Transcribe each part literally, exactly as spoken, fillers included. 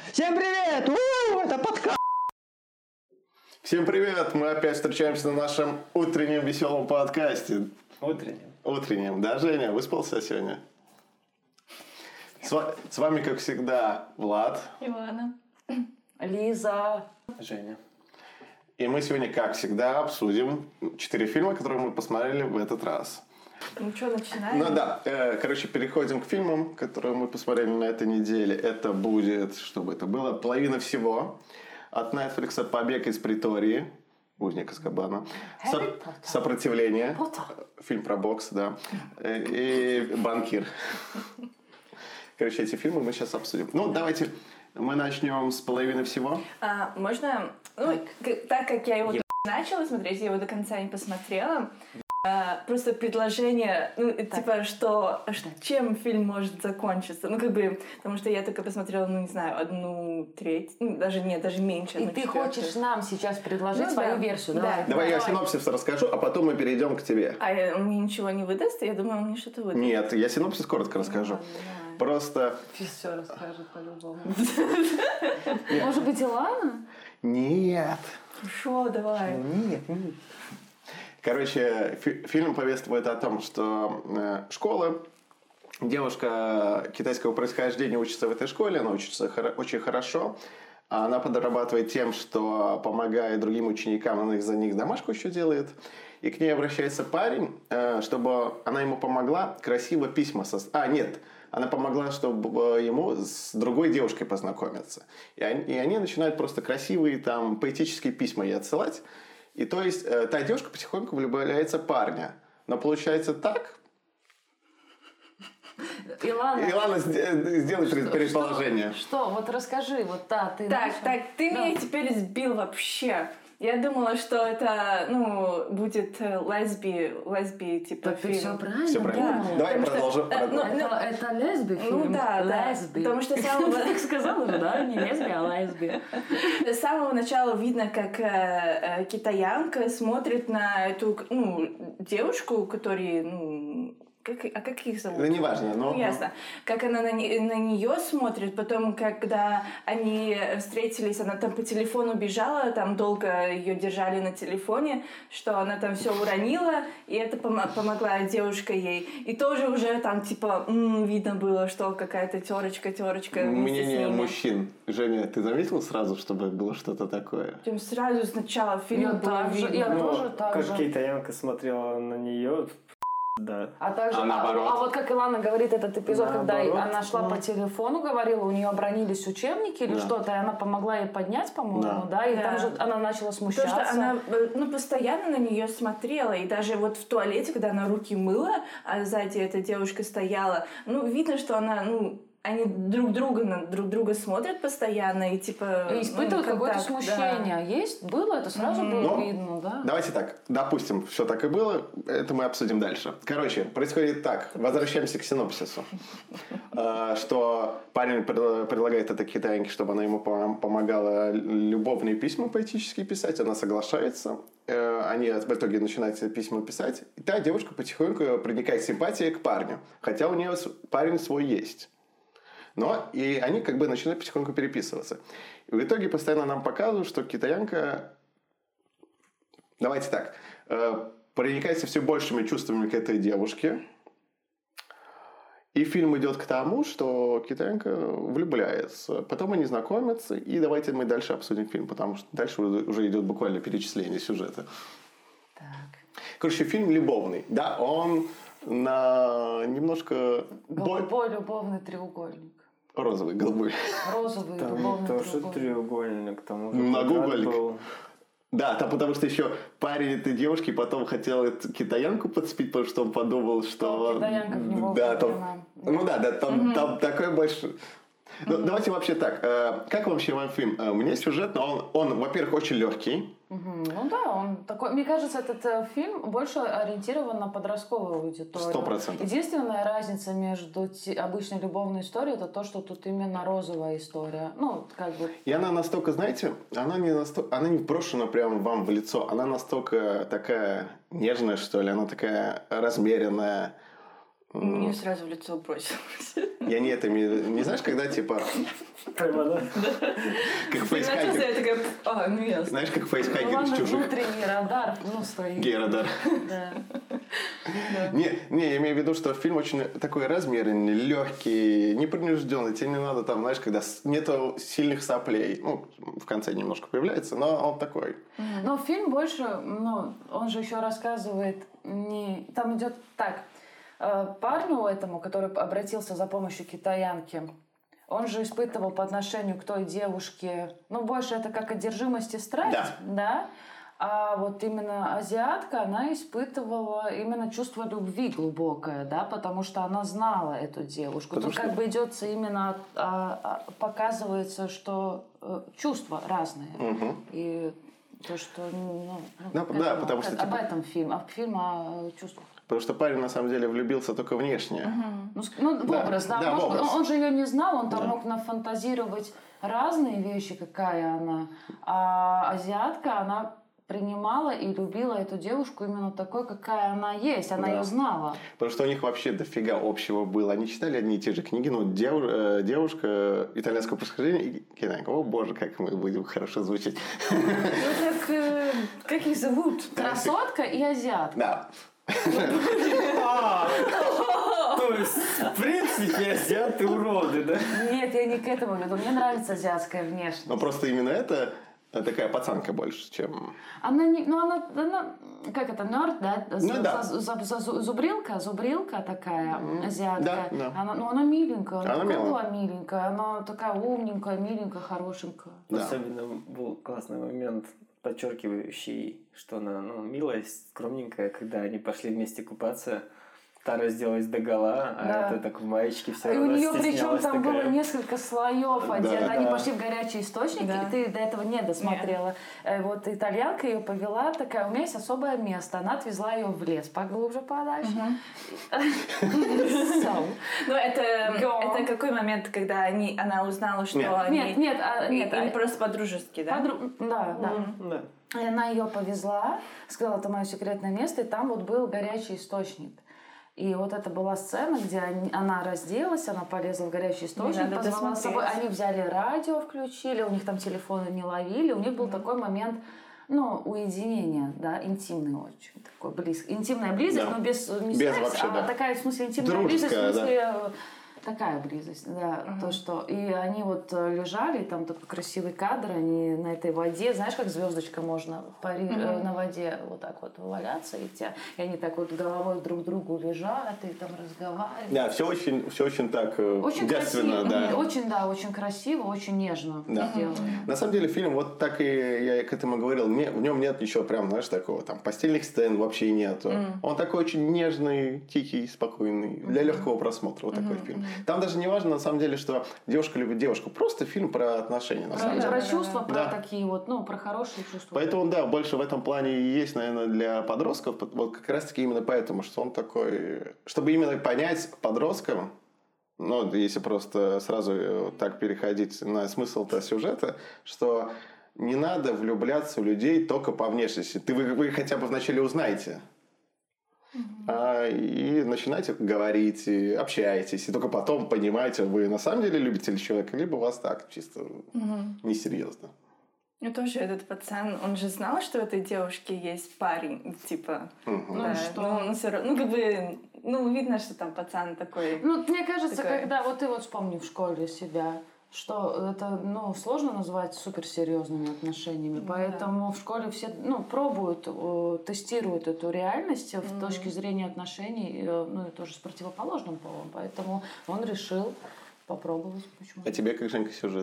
Всем привет! У-у-у, это подкаст! Всем привет! Мы опять встречаемся на нашем утреннем веселом подкасте. Утренним. Утреннем. Да, Женя, выспался сегодня? С, ва- с вами, как всегда, Влад. Ивана. Лиза. Женя. И мы сегодня, как всегда, обсудим четыре фильма, которые мы посмотрели в этот раз. Ну что, начинаем? Ну да, э, короче, переходим к фильмам, которые мы посмотрели на этой неделе. Это будет, что бы это было, «Половина всего». От Netflix «Побег из Претории». «Узник Азкабана». Со- «Сопротивление». Поттер. Фильм про бокс, да. Э, И «Банкир». Короче, эти фильмы мы сейчас обсудим. Ну, давайте мы начнем с «Половины всего». А, можно, ну, к- так как я его начала смотреть, я его до конца не посмотрела. а, просто предложение, ну, типа, что, что чем фильм может закончиться. Ну, как бы, потому что я только посмотрела, ну, не знаю, одну треть, ну, даже нет, даже меньше. И одну ты четвертую. хочешь нам сейчас предложить Ну, свою да. версию, Да. давай. Давай я синопсис расскажу, а потом мы перейдем к тебе. А я- он мне ничего не выдаст? Я думаю, он мне что-то выдаст. Нет, я синопсис коротко расскажу. Просто... Все расскажет по-любому. Может быть, Илана? Нет. Шо, давай. Нет, нет. Короче, фи- фильм повествует о том, что э, школа, девушка китайского происхождения учится в этой школе, она учится хоро- очень хорошо. А Она подрабатывает тем, что помогает другим ученикам, она их за них домашку еще делает. И к ней обращается парень, э, чтобы она ему помогла красиво письма составить. А, нет, она помогла, чтобы ему с другой девушкой познакомиться. И они, и они начинают просто красивые там поэтические письма ей отсылать. И то есть э, та девушка потихоньку влюбляется в парня. Но получается так. Илана. Илана, сде- сделай пред- предположение. Что? Что? Вот расскажи, вот да, ты Так, наша? так, ты Да. меня теперь сбил вообще. Я думала, что это, ну, будет э, лесби, лесби, типа, Так ты фильм. все правильно Все правильно. думала. Давай Потому что, продолжим. э, ну, продолжим. Это, это лесби фильм? Ну да, да. Лесби. Потому что с самого, Так сказала же, да? Не лесби, а лесби. с самого начала видно, как э, э, китаянка смотрит на эту, ну, девушку, которая, ну, как, а как их зовут? Да неважно, но... Ну, ясно. Как она на, не- на нее смотрит, потом, когда они встретились, она там по телефону бежала, там долго ее держали на телефоне, что она там все уронила, и это помо- помогла девушка ей. И тоже уже там, типа, м, видно было, что какая-то терочка, терочка вместе с Мнение ними. мужчин. Женя, ты заметил сразу, чтобы было что-то такое? Прям сразу с начала фильма Я было так же, видно. я Ну, тоже так как же. китаянка смотрела на нее, да. А также, А наоборот? а вот как Илана говорит, этот эпизод, когда Наоборот, она шла ну. по телефону, говорила, у нее обронились учебники или Да. что-то, и она помогла ей поднять, по-моему, Да. да, и Да. там же она начала смущаться. Потому что она, э, ну, постоянно на нее смотрела, и даже вот в туалете, когда она руки мыла, а сзади эта девушка стояла, ну, видно, что она, ну, они друг друга на друг друга смотрят постоянно и типа И испытывают ну, какое-то контакт, смущение. Есть? Было? Это сразу было Но видно, да? Давайте так, допустим, все так и было, это мы обсудим дальше. Короче, происходит так, возвращаемся к синопсису, Э, что парень пред- предлагает этой китаянке, чтобы она ему пом- помогала любовные письма поэтические писать, она соглашается, Э, они в итоге начинают эти письма писать, и та девушка потихоньку проникает симпатией к парню, хотя у нее с- парень свой есть. Но и они как бы начинают потихоньку переписываться. И в итоге постоянно нам показывают, что китаянка, давайте так, э, проникается все большими чувствами к этой девушке. И фильм идет к тому, что китаянка влюбляется. Потом они знакомятся. И давайте мы дальше обсудим фильм, потому что дальше уже идет буквально перечисление сюжета. Так. Короче, фильм любовный. Да, он на немножко боль- Голубой любовный треугольник. розовый, голубой. Розовый Там любовный тоже треугольник. треугольник, там уже Многоугольник. квадрат был. Да, там потому что еще парень этой девушки потом хотел эту китаянку подцепить, потому что он подумал, что... Что китаянка в него да, там, влюблена. ну да, да, там, там такой больше... Ну, давайте вообще так. э, Как вообще вам фильм? Э, Мне сюжетно, он, он, во-первых, очень легкий. Мгм. Ну да, он такой. Мне кажется, этот э, фильм больше ориентирован на подростковую аудиторию. Сто процентов. Единственная разница между те- обычной любовной историей это то, что тут именно розовая история. Ну, как бы. И она настолько, знаете, она не настолько, она не брошена прямо вам в лицо. Она настолько такая нежная, что ли, она такая размеренная. Мне сразу в лицо бросилось. Я не это имею в виду. Не знаешь, когда типа... Прямо, да? Как Я фейскайгер. такая, а, ну ясно. Знаешь, как фейскайгер Главное, из чужих. внутренний радар, ну, стоит. Гей-радар. Да. Не, не, я имею в виду, что фильм очень такой размеренный, легкий, непринужденный. Тебе не надо там, знаешь, когда с- нету сильных соплей. Ну, в конце немножко появляется, но он такой. Но фильм больше, ну, он же еще рассказывает, не... там идет так, э, парню этому, который обратился за помощью к китаянке, он же испытывал по отношению к той девушке, ну, больше это как одержимость и страсть, Да. да? А вот именно азиатка, она испытывала именно чувство любви глубокое, да, потому что она знала эту девушку. Потому Тут что- как бы идется именно, а, а, показывается, что э, чувства разные. Мгм. И то, что, ну, Да, к да, этому- потому что, к- об типа- этом фильм, а фильм о чувствах. Потому что парень на самом деле влюбился только внешне. Ну, ск- ну, в Да, образ, да. да, в Может быть, образ. Он, он же ее не знал, он там Да. мог нафантазировать разные вещи, какая она. А азиатка, она принимала и любила эту девушку именно такой, какая она есть. Она Да. ее знала. Потому что у них вообще дофига общего было. Они читали одни и те же книги. Ну, дев- э, девушка итальянского происхождения и китаянка. О боже, как мы будем хорошо звучать. Ну, так, э, как их зовут? Красотка и азиатка. Да. А, то есть, в принципе, азиаты уроды, да? Нет, я не к этому веду. Мне нравится азиатская внешность. Но просто именно это такая пацанка больше, чем... Она не, ну она, она, как это, нерд, да? Ну да. За- за- за- зу- зубрилка, зубрилка такая, азиатка. Да, да. Она, ну она миленькая, она, Она такая милая. была миленькая, она такая умненькая, миленькая, хорошенькая. Да. Особенно был классный момент, подчеркивающий, что она ну, милая, скромненькая, когда они пошли вместе купаться. Та разделась догола, а Да. это так в маечке все И у равно нее причем стеснялась там такая. было несколько слоев Да, одежды. Они да. пошли в горячий источник, Да. и ты до этого не досмотрела. Э, Вот итальянка ее повела, такая, у меня есть особое место. Она отвезла ее в лес поглубже, подальше. So. Ну, это, Да. это какой момент, когда они, она узнала, что Нет. они... Нет, нет, а, нет, Или а- просто по-дружески, да? Подру- Да, да. Да. И она ее повезла, сказала, это мое секретное место, и там вот был горячий источник. И вот это была сцена, где они- она разделась, она полезла в горячий источник, надо позвала с собой. досмотреть. Они взяли радио, включили, у них там телефоны не ловили, у них был такой момент, ну, уединения, да, интимный очень, такой близкий. Интимная близость, Да. но без, не Без секс, вообще, а да. такая, в смысле, интимная Дружеская, близость, в смысле, э, такая близость, да, Мгм. то, что... И они вот э, лежали, и там такой красивый кадр, они на этой воде, знаешь, как звездочка можно пари- э, Мгм. на воде вот так вот валяться, и, тебя, и они так вот головой друг к другу лежат, и там разговаривают. Да, все очень, все очень так э, Очень девственно, красиво, да. очень, да, очень красиво, очень нежно Да. сделано. На самом деле фильм, вот так и я к этому говорил, не- в нем нет ничего прям, знаешь, такого, там, постельных сцен вообще нету. Мгм. Он такой очень нежный, тихий, спокойный, для легкого просмотра, вот такой фильм. Там даже не важно, на самом деле, что девушка любит девушку, просто фильм про отношения, на Про, самом деле. про да, чувства, да. про такие вот, ну, про хорошие чувства. Поэтому, да, больше в этом плане и есть, наверное, для подростков, вот как раз-таки именно поэтому, что он такой, чтобы именно понять подросткам, ну, если просто сразу э, так переходить на смысл-то сюжета, что не надо влюбляться в людей только по внешности. Ты, вы, вы хотя бы вначале узнаете. А, и начинаете говорить, и общаетесь, и только потом понимаете, вы на самом деле любите ли человека, либо у вас так, чисто Мгм. несерьезно. Ну, тоже этот пацан, он же знал, что у этой девушки есть парень, типа... Мгм. Ну, да, что? Ну, он всё равно- ну, как бы, ну, видно, что там пацан такой... Ну, мне кажется, Такая. когда вот ты вот вспомни в школе себя, что это, ну, сложно назвать суперсерьезными отношениями, Ну, поэтому в школе все, ну, пробуют, э, тестируют эту реальность в Мгм. точке зрения отношений, э, ну, и тоже с противоположным полом, поэтому он решил попробовать, почему. А тебе как, Женька, сюжет?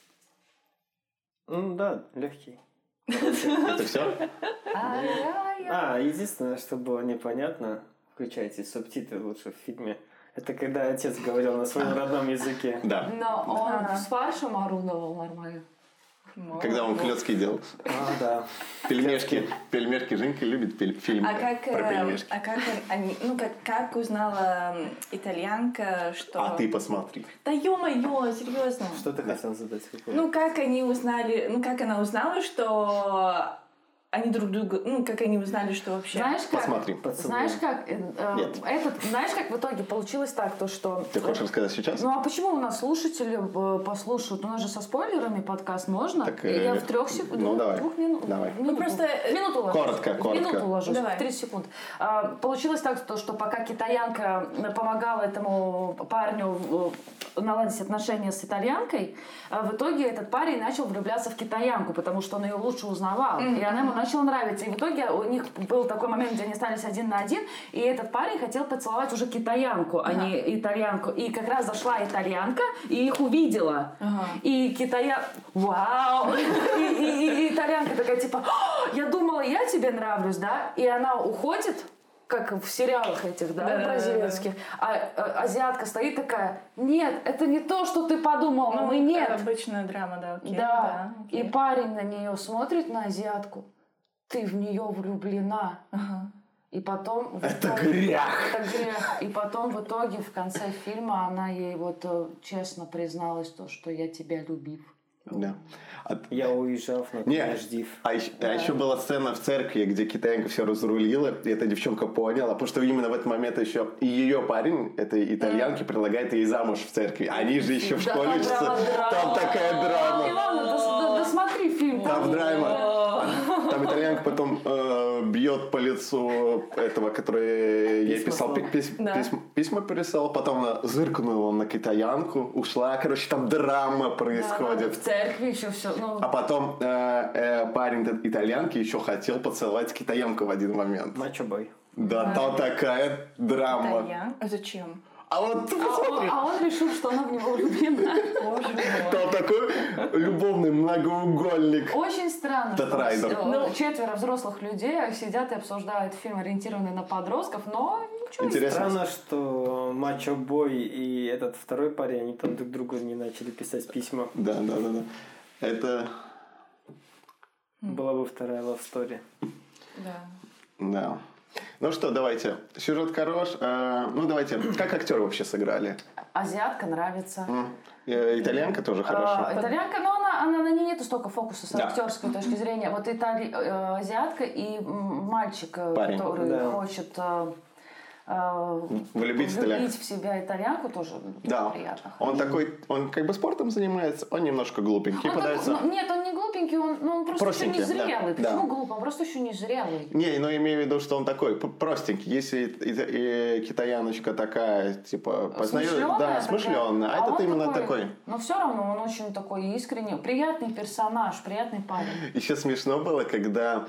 Ну да, легкий. Это все? Ай-яй-яй. А, единственное, что было непонятно, включайте субтитры лучше в фильме, это когда отец говорил на своем родном языке. Да. Но он Ага. с фаршем орудовал нормально. «Мол». Когда он клёцкий делал. А, да. Пельмешки. Пельмешки. Женька любит пель- фильм А как, про э, пельмешки. а как он- они, ну как, как узнала м, итальянка, что... А ты посмотри. Да ё-моё, серьезно. Что ты хотел задать? Какой? Ну как они узнали, ну как она узнала, что они друг друга, ну, как они узнали, что вообще... Знаешь как? Посмотри. Знаешь как? э, э, Нет. Этот, знаешь, как в итоге получилось так, то что... Ты хочешь рассказать сейчас? Ну а почему у нас слушатели э, послушают? У нас же со спойлерами подкаст можно. Так, И э, я в трех секундах, ну, давай. двух минут, Давай. минуту, просто, э, минуту ложусь. Коротко, В коротко. Минуту ложусь, Давай. тридцать секунд. А, получилось так, то, что пока китаянка помогала этому парню э, наладить отношения с итальянкой, а в итоге этот парень начал влюбляться в китаянку, потому что он ее лучше узнавал. И она ему начала нравиться. И в итоге у них был такой момент, где они остались один на один, и этот парень хотел поцеловать уже китаянку, а не итальянку. И как раз зашла итальянка и их увидела. Ага. И китаянка... Вау! И, и- и итальянка такая типа, «О, я думала, я тебе нравлюсь, да? И она уходит, как в сериалах этих, да, Да-да-да-да. бразильских. А, а- азиатка стоит такая, нет, это не то, что ты подумал, Ну, мы нет. обычная драма, да, окей. Да. окей. И парень на нее смотрит, на азиатку. Ты в нее влюблена. Ага. И потом... в Это итоге- грех. Это грех. И потом в итоге в конце фильма она ей вот э, честно призналась то, что я тебя любив. Да. А- Я уезжал на Не, подождив. а еще, а еще была сцена в церкви, где китаянка все разрулила, и эта девчонка поняла, потому что именно в этот момент еще и ее парень, этой итальянки, предлагает ей замуж в церкви. Они же еще в Да, школе там учатся. драма, драма. Там такая драма. Ивана, дос- до- досмотри фильм. Там драма. Там итальянка потом э, бьет по лицу этого, который ей Письма писал слова. пи- пис- Да. письма, письма пересылал, потом она зыркнула на китаянку, ушла, короче, там драма происходит. В церкви еще все. Ну, А потом э, э, парень ит- итальянки еще хотел поцеловать китаянку в один момент. Мачо-бой. Да, там такая драма. Да, я? А зачем? А вот ты а, он, посмотри, а он решил, что она в него влюблена. Боже мой. там такой любовный многоугольник. Очень странно, что Тетрайдер. вс- Ну, четверо взрослых людей сидят и обсуждают фильм, ориентированный на подростков, но ничего не Интересно. Странно, что Мачо-бой и этот второй парень, они там друг другу не начали писать письма. Да, да, да, да. Это, Была бы вторая love story. Да. да. Ну что, давайте. Сюжет хорош. Э, ну давайте. Как актеры вообще сыграли? Азиатка нравится. М, э, Итальянка тоже А, хорошо. итальянка, но она, она на ней нету столько фокуса с Да. актерской точки зрения. Вот итали, э, азиатка и м, мальчик, э, Парень. который Да. хочет э, э, Влюбить итальянку. влюбить в себя итальянку, тоже Да. приятно. Он такой, он как бы спортом занимается, он немножко глупенький Он так- подается. ну, нет, он не глупенький, он, ну, он просто еще не Простенький, да, зрелый. да. Почему глупый? Он просто еще не зрелый. Не, ну имею в виду, что он такой п- простенький. Если и, и- и китаяночка такая, типа, познает, Смышлёная да, такая. смышленная, а, этот он именно такой. Но все равно он очень такой искренний, приятный персонаж, приятный парень. Еще смешно было, когда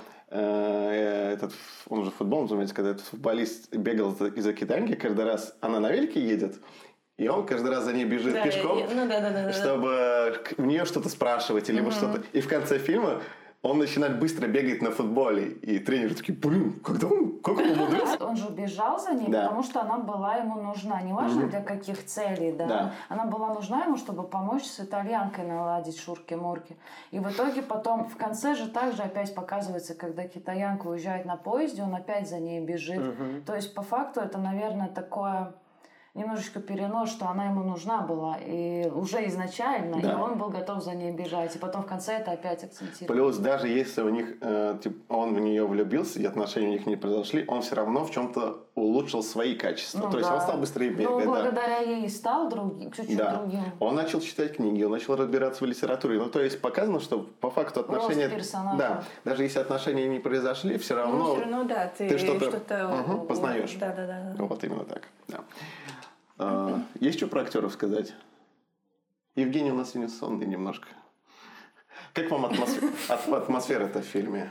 э, этот, он же футболом занимается, когда этот футболист бегал за- из-за китаянки, каждый раз она на велике едет, и он каждый раз за ней бежит Да, пешком, я- ну да, да, да, да. чтобы к- у нее что-то спрашивать или вот что-то. И в конце фильма он начинает быстро бегать на футболе. И тренер такие, блин, когда он, как он умудрился? Он же бежал за ней, Да. потому что она была ему нужна. Неважно для каких целей, да. Да. Она была нужна ему, чтобы помочь с итальянкой наладить шурки-мурки. И в итоге потом, в конце же также опять показывается, когда китаянка уезжает на поезде, он опять за ней бежит. То есть, по факту, это, наверное, такое... немножечко перенос, что она ему нужна была и уже изначально, Да. и он был готов за ней бежать. И потом в конце это опять акцентирует. Плюс даже если у них, э, типа, он в нее влюбился и отношения у них не произошли, он все равно в чем-то улучшил свои качества. Ну То есть да. он стал быстрее бегать. Ну, да. благодаря ей и стал другим, чуть-чуть Да. другим. Он начал читать книги, он начал разбираться в литературе. Ну, то есть показано, что по факту отношения... персонажа. Да, даже если отношения не произошли, все равно... Ну, все равно, да, ты, ты что-то, что-то мгм, познаешь. Да, да, да. да. Вот именно так. Да. А, есть что про актеров сказать? Евгений у нас сегодня сонный немножко. Как вам атмосфера, атмосфера-то в фильме?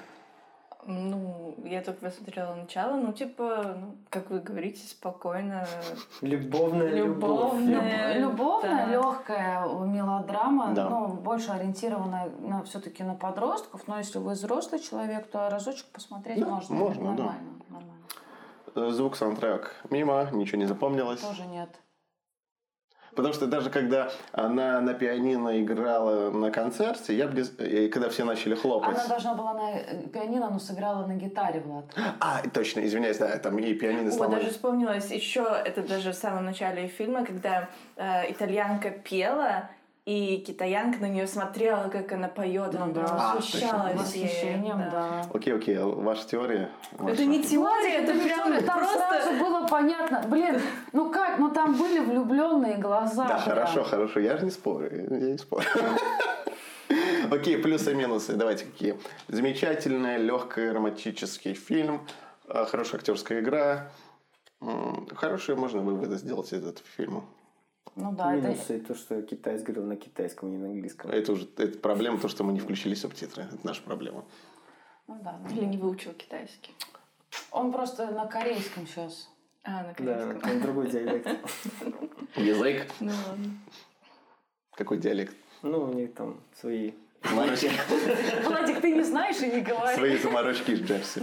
Ну, я только посмотрела начало, ну, типа, ну, как вы говорите, спокойно. Любовная любовь. Любовная. Любовная, да. легкая мелодрама, Да. ну, больше ориентированная на, все-таки на подростков. Но если вы взрослый человек, то разочек посмотреть Да, можно. можно, да. нормально, нормально. Э, Звук, саундтрек мимо, ничего не запомнилось. Тоже нет. Потому что даже когда она на пианино играла на концерте, я без... и когда все начали хлопать. Она должна была на э, пианино, но сыграла на гитаре, Влад. А, точно, извиняюсь, да, там и пианино О, сломали. даже вспомнилось еще, это даже в самом начале фильма, когда э, итальянка пела, и китаянка на нее смотрела, как она поет, она да. прям А, восхищалась Восхищением, ей, да. Окей, окей, а ваша теория? Ваша. Это не теория, это не прям теория, там просто... сразу было понятно. Блин, ну как, ну там были влюбленные глаза. Да, прям. хорошо, хорошо, я же не спорю, я не спорю. Окей, плюсы и минусы, давайте какие. Замечательный, легкий, романтический фильм, э, хорошая актерская игра. М, Хорошие можно выводы сделать из этого фильма. Ну да, это... Минусы то, что китаец говорил на китайском, не на английском. Это уже это проблема, то, что мы не включили субтитры. Это наша проблема. Ну да. ну, Или не выучил китайский. Он просто на корейском сейчас. А, на Да, корейском. там другой диалект. Язык. Ну ладно. Какой диалект? Ну, у них там свои... Заморочки. Владик, ты не знаешь и не говори. Свои заморочки из Джерси.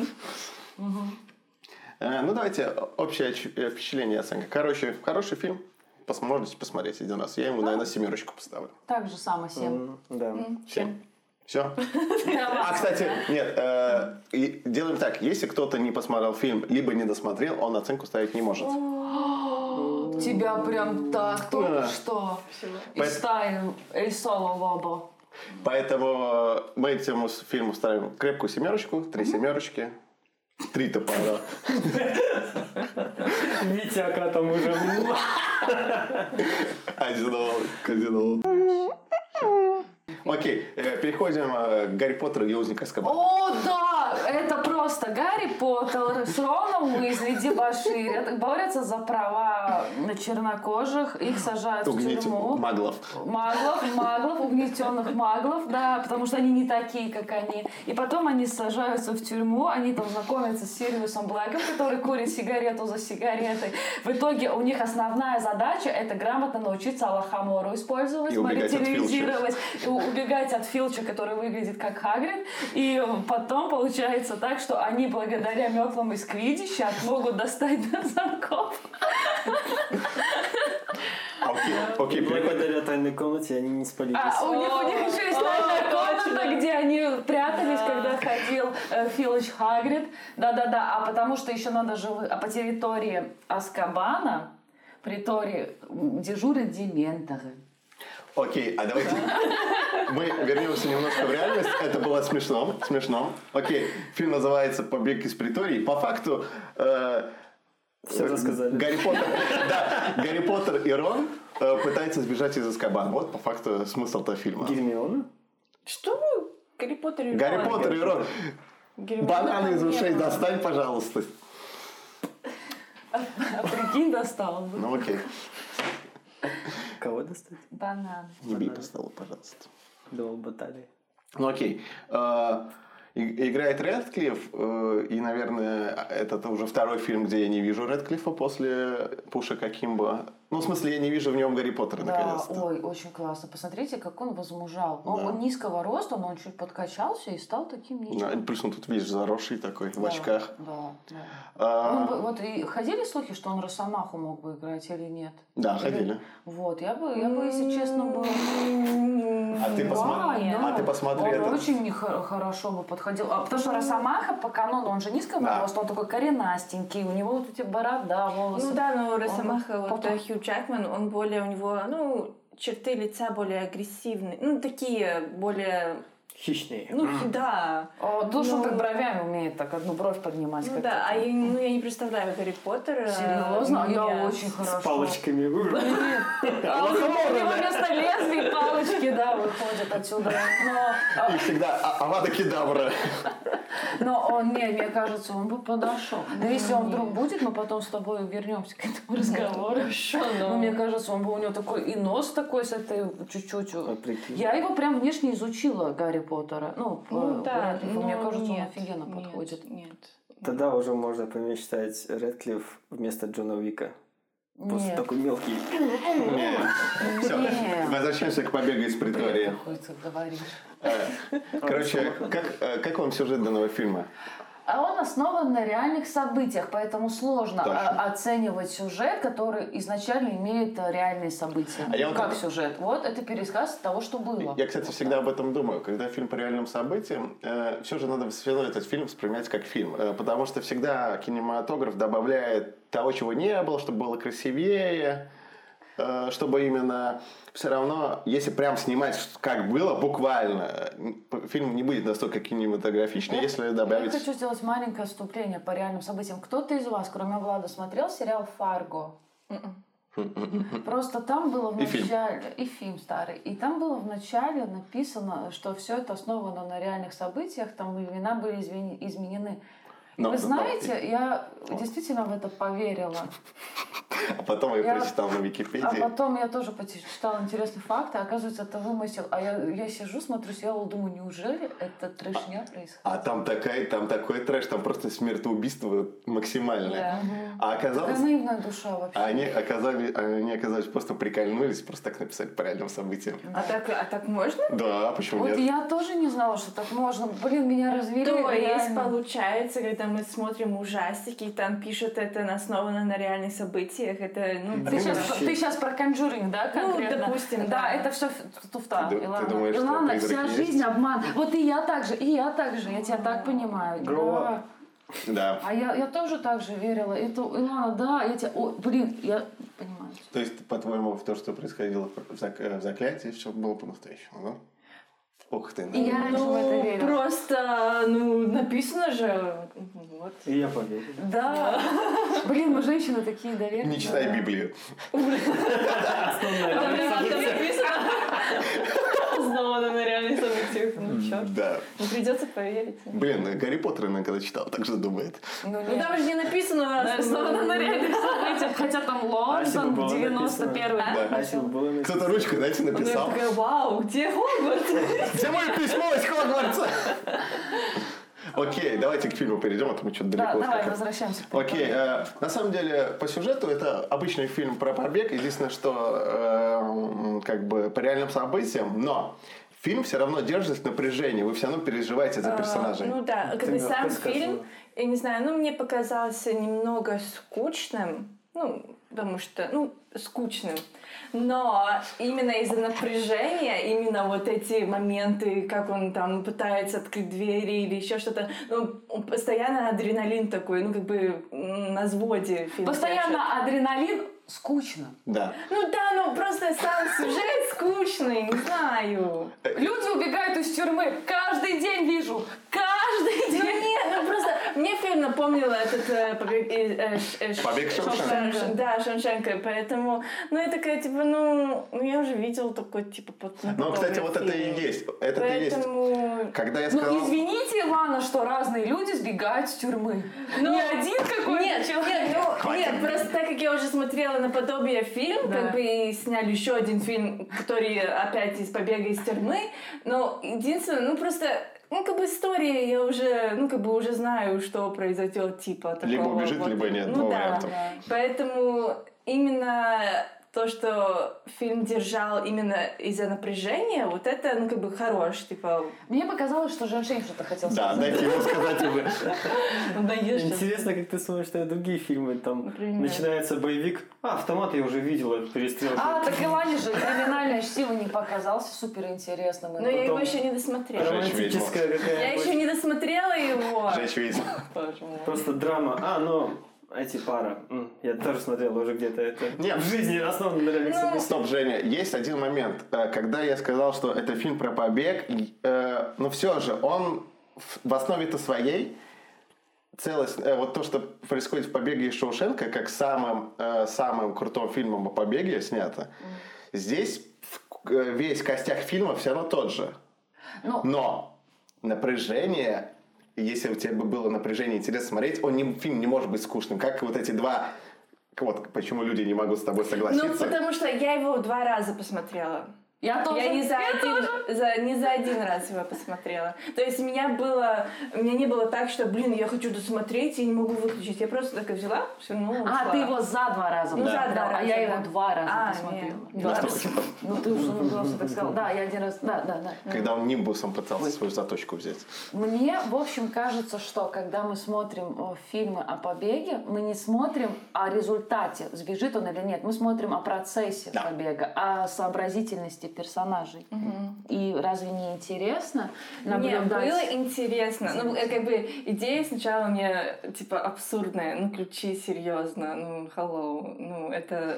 Э, Ну, давайте общее ч- э, впечатление и оценка. Короче, хороший фильм. Пос- Можете посмотреть один раз. Я ему, наверное, семерочку поставлю. Так же само семь. М, Да. Семь. Все. А, кстати, нет, э, и делаем так. Если кто-то не посмотрел фильм, либо не досмотрел, он оценку ставить не может. Тебя прям так только Да. что Поэт- из стаи Эль Соло Лобо. Поэтому мы этому с- фильму ставим крепкую семерочку, три семерочки, три топора. Витяка там уже... Казино, казино. Окей, э, переходим э, к Гарри Поттеру и Узник Азкабана. О, да! Это просто Гарри Поттер с Роном Уизли, дебоширят, борются за права чернокожих, их сажают в Угните тюрьму. маглов. Маглов, маглов, угнетенных маглов, да, потому что они не такие, как они. И потом они сажаются в тюрьму, они там знакомятся с Сириусом Блэком, который курит сигарету за сигаретой. В итоге у них основная задача — это грамотно научиться Алахамору использовать, И убегать от материализировать, и убегать от Филча, который выглядит как Хагрид. И потом получается так, что они благодаря метлам из Квиддича могут достать до замков. Окей, окей, переходим. Благодаря тайной комнате они не спалились. А у них, у них еще есть тайная комната, где они прятались, когда ходил э, Филч Хагрид. Да-да-да. А потому что еще надо же... вы- А по территории Азкабана, притории, м, дежурят дементоры. Окей, а давайте мы вернемся немножко в реальность. Это было смешно, смешно. Окей, фильм называется «Побег из притории». По факту э, Все рассказали. Гарри Поттер, да, Гарри Поттер и Рон э, пытаются сбежать из Азкабана. Вот по факту смысл этого фильма. Гермиона? Что вы? Гарри Поттер и Гарри Рон. Поттер и Рон. Гермиона Бананы из там ушей не было. достань, пожалуйста. А прикинь, достал бы. Ну окей. Кого достать? Банан. Не бей по столу, пожалуйста. До баталии. Ну окей. Э, и- Играет Рэдклифф, э, и, наверное, это уже второй фильм, где я не вижу Рэдклиффа после Пуша Какимба. Ну, в смысле, я не вижу в нем Гарри Поттера, Да, наконец-то. ой, очень классно. Посмотрите, как он возмужал. Он, Да. он низкого роста, но он чуть подкачался и стал таким Да, ничего. плюс он тут, видишь, заросший такой, в Да, очках. Да, да. А, Он бы- вот и ходили слухи, что он Росомаху мог бы играть или нет? Да, Или- ходили. Вот, я бы, я бы, если честно, бы... А ты, посма- Да, а ты посмотри он это. очень не хо- хорошо бы подходил. А, потому что Росомаха по канону, он же низкого Да. роста, он такой коренастенький, у него вот эти борода, волосы. Ну да, но Росомаха, вот потом- э, Хью Джекман, он более, у него, ну, черты лица более агрессивные, ну, такие более, Хищнее. ну, да. О, душ он Ну, так бровями умеет, так одну бровь поднимать. Ну как да, а это. я, ну, я не представляю Гарри Поттера. Серьезно? А я Меня- очень хорошо. С палочками. А у него у него вместо лезвий палочки, да, выходят отсюда. Но, И всегда а- Авада Кедавра. но он, не, мне кажется, он бы подошел. Но если он вдруг будет, мы потом с тобой вернемся к этому разговору. Хорошо, но... Но мне кажется, он бы у него такой и нос такой с этой чуть-чуть. А прикинь. Я его прям внешне изучила, Гарри Поттера. Ну, Ну по- да, Рэдклиффу. но мне кажется, нет, он офигенно нет, подходит. Нет. Тогда уже можно помечтать Рэдклифф вместо Джона Уика. Просто Нет. такой мелкий. Все, Нет. возвращаемся к побегу из притории. Какой ты говоришь. Э, Короче, как, э, как вам сюжет данного фильма? А он основан на реальных событиях, поэтому сложно Точно. а, оценивать сюжет, который изначально имеет а, реальные события. А я вот как так- сюжет? Вот это пересказ того, что было. Я, кстати, всегда об этом думаю. Когда фильм по реальным событиям, э, все же надо все равно этот фильм воспринимать как фильм. Э, потому что всегда кинематограф добавляет того, чего не было, чтобы было красивее. э, чтобы именно все равно, если прям снимать, как было, буквально, фильм не будет настолько кинематографичный, если добавить... Я хочу сделать маленькое вступление по реальным событиям. Кто-то из вас, кроме Влада, смотрел сериал «Фарго»? Просто там было в начале... И фильм старый. И там было в начале написано, что все это основано на реальных событиях, там имена были изменены. Но, Вы знаете, но... я действительно в это поверила. А потом я, я прочитал на Википедии. А потом я тоже почитала интересные факты, а оказывается, это вымысел. А я, я сижу, смотрю сериал, думаю, неужели это трешня происходит? А там, такая, там такой трэш, там просто смертоубийство максимальное. Да. А оказалось... Какая наивная душа вообще. Они оказались, они оказались просто прикольнулись, просто так написали по реальным событиям. А так, а так можно? Да, почему вот нет? Я тоже не знала, что так можно. Блин, меня развели. То есть, получается, когда мы смотрим ужастики, и там пишут, это основано на реальных событиях, это, ну... Ты сейчас, ты сейчас про Conjuring, да, конкретно? Ну, допустим, да. да. Это все туфта. Ты, Илона, ты думаешь, Илона, что вся жизнь обман. Вот и я так же, и я так же, я тебя так понимаю. Да. Да. А я, я тоже так же верила. Это, Илона, да, я тебя... О, блин, я понимаю. То есть, по-твоему, в то, что происходило в, зак... в «Заклятии», все было по-настоящему, да? Ух ты, и я раньше ну, в это верила. Просто, ну, написано же. Вот. И я поверил. Да. Блин, мы женщины такие доверчивые. Не читай Библию. Основано на реальных событиях. Ну, черт. Да. Ну, придется поверить. Блин, Гарри Поттер, наверное, когда читал, так же думает. Ну, Ну, там же не написано основано на реальных событиях. Хотя там Лондон, девяносто первый. Да. Кто-то ручкой, знаете, Ну, я написал. такая, вау, где Хогвартс? Где мое письмо из Хогвартса? Окей, давайте к фильму перейдем, а то мы что-то Да, далеко давай, ускакали. возвращаемся. Окей, э, на самом деле, по сюжету это обычный фильм про побег. Единственное, что э, как бы по реальным событиям, но фильм все равно держит напряжение, вы все равно переживаете за персонажей. А, ну да, как бы сам фильм, я не знаю, ну мне показался немного скучным, ну, потому что, ну, скучным. Но именно из-за напряжения, именно вот эти моменты, как он там пытается открыть двери или еще что-то, ну, постоянно адреналин такой, ну, как бы на взводе фильм. Постоянно держит. адреналин, скучно. Да. Ну да, ну просто сам сюжет скучный, не знаю. Люди убегают из тюрьмы. Каждый день вижу. Каждый день. Ну нет, ну просто мне фильм напомнил этот э, побег из э, э, ш- Побег Шоушенка. Ш- Да, Шоушенка, поэтому, ну я такая, типа, ну, ну я уже видел такой, типа, под. Ну, кстати, вот это и есть. Это и есть. Поэтому... Когда я сказал... Ну, извините, Ивана, что разные люди сбегают с тюрьмы. Ну, Не один какой-то Нет, человек. нет, ну, Хватит. нет, просто так как я уже смотрела наподобие фильм, Да. как бы и сняли еще один фильм, который опять из побега из тюрьмы, но единственное, ну просто, ну как бы история, я уже, ну как бы уже знаю, что произойдет, типа такого. Либо убежит, вот. либо нет, Ну два да, варианта. да. Поэтому именно то, что фильм держал именно из-за напряжения, вот это, ну, как бы хорош, типа... Мне показалось, что Женьшень что-то хотел Да, сказать. дайте ему сказать уже. Даешь сейчас. Интересно, как ты смотришь на другие фильмы, там Например. начинается боевик, а, автомат я уже видел, это перестрелки. А, так Илане же «Криминальное чтиво» не показался суперинтересным. Но я его Потом- еще не досмотрела. Романтическая Я какая-то. еще не досмотрела его. Женщина видела. Боже мой. Просто драма. А, ну, эти пара. М, Я тоже смотрел уже где-то это. Нет. В жизни основано на реальных Ну, событиях. Стоп, Женя, есть один момент. Э, Когда я сказал, что это фильм про побег, э, но все же он в- в основе-то своей целость, э, вот то, что происходит в «Побеге из Шоушенка», как самым, э, самым крутым фильмом о побеге снято, здесь в- э, весь костяк фильма все равно тот же. Ну, Но напряжение, если у тебя бы было напряжение, интересно смотреть, он не, фильм не может быть скучным. Как вот эти два... Вот почему люди не могут с тобой согласиться. Ну, потому что я его два раза посмотрела. я тоже. Я не за, Я один, за, не за один раз его посмотрела. То есть у меня было, у меня не было так, что, блин, я хочу досмотреть и не могу выключить. Я просто так взяла, все, ну, ушла. А, ты его за два раза Ну, посмотрела, за два а раза, я его да. два раза А, посмотрела. нет. Два Настолько, раза. типа, Ну, ты уже ну, просто так сказал. Да, я один раз, да, да, да. Когда он нимбусом пытался свою заточку взять. Мне, в общем, кажется, что когда мы смотрим э, фильмы о побеге, мы не смотрим о результате, сбежит он или нет. Мы смотрим о процессе Да. побега, о сообразительности персонажей. И разве не интересно Мне наблюдать? было интересно. Ну, э, как бы идея сначала мне, типа, абсурдная. Ну, ключи, серьезно. Ну, hello. Ну, это...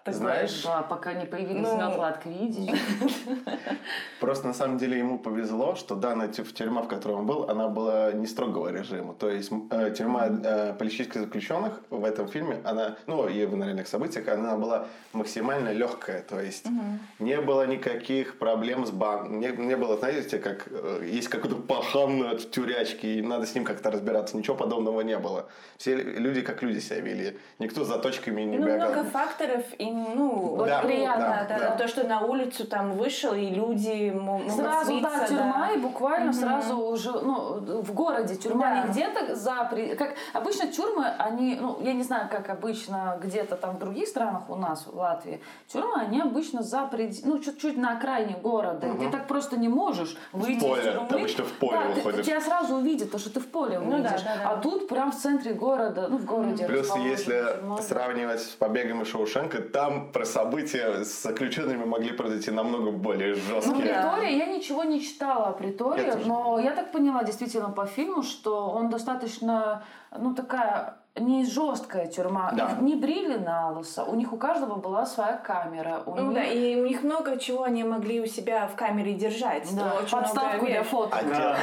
Знаешь, Да, пока не появились Ну, метла Квиддич. просто на самом деле ему повезло, что данная тю- тюрьма, в которой он был, она была не строгого режима. То есть э, тюрьма э, политических заключенных в этом фильме, она, ну и в реальных событиях, она была максимально легкая. То есть не было никаких проблем с банком. Не, не было, знаете, как э, есть какой-то пахан от тюрячки, и надо с ним как-то разбираться. Ничего подобного не было. Все люди как люди себя вели. Никто за точками не Ну, бегал. много факторов, и, ну, Да, приятно, да, да, да. да. То, что на улицу там вышел, и люди мо- могут Сразу, да, слиться, тюрьма, да. и буквально сразу уже, ну, в городе тюрьма Да. не где-то за... при- Как обычно тюрьмы, они, ну, я не знаю, как обычно где-то там в других странах у нас, в Латвии, тюрьмы, они обычно за пред... ну, чуть-чуть на окраине города. Ты так просто не можешь выйти поле, из тюрьмы. ты обычно в поле да, ты- выходишь. тебя сразу увидят, то, что ты в поле Ну да, выйдешь. да, да. А тут прям в центре города, ну, в городе. Плюс, расположена если тюрьма. сравнивать с побегом из Шоушенка, там про события с заключенными могли произойти намного более Ну, жесткие. Притория, я ничего не читала о Притории, Я тоже. но я так поняла действительно по фильму, что он достаточно, ну, такая не жесткая тюрьма. Да. Их не брили на лысо, у них у каждого была своя камера. У Ну них... да, и у них много чего они могли у себя в камере держать. Да, Очень подставку много для вещей. фото. А те-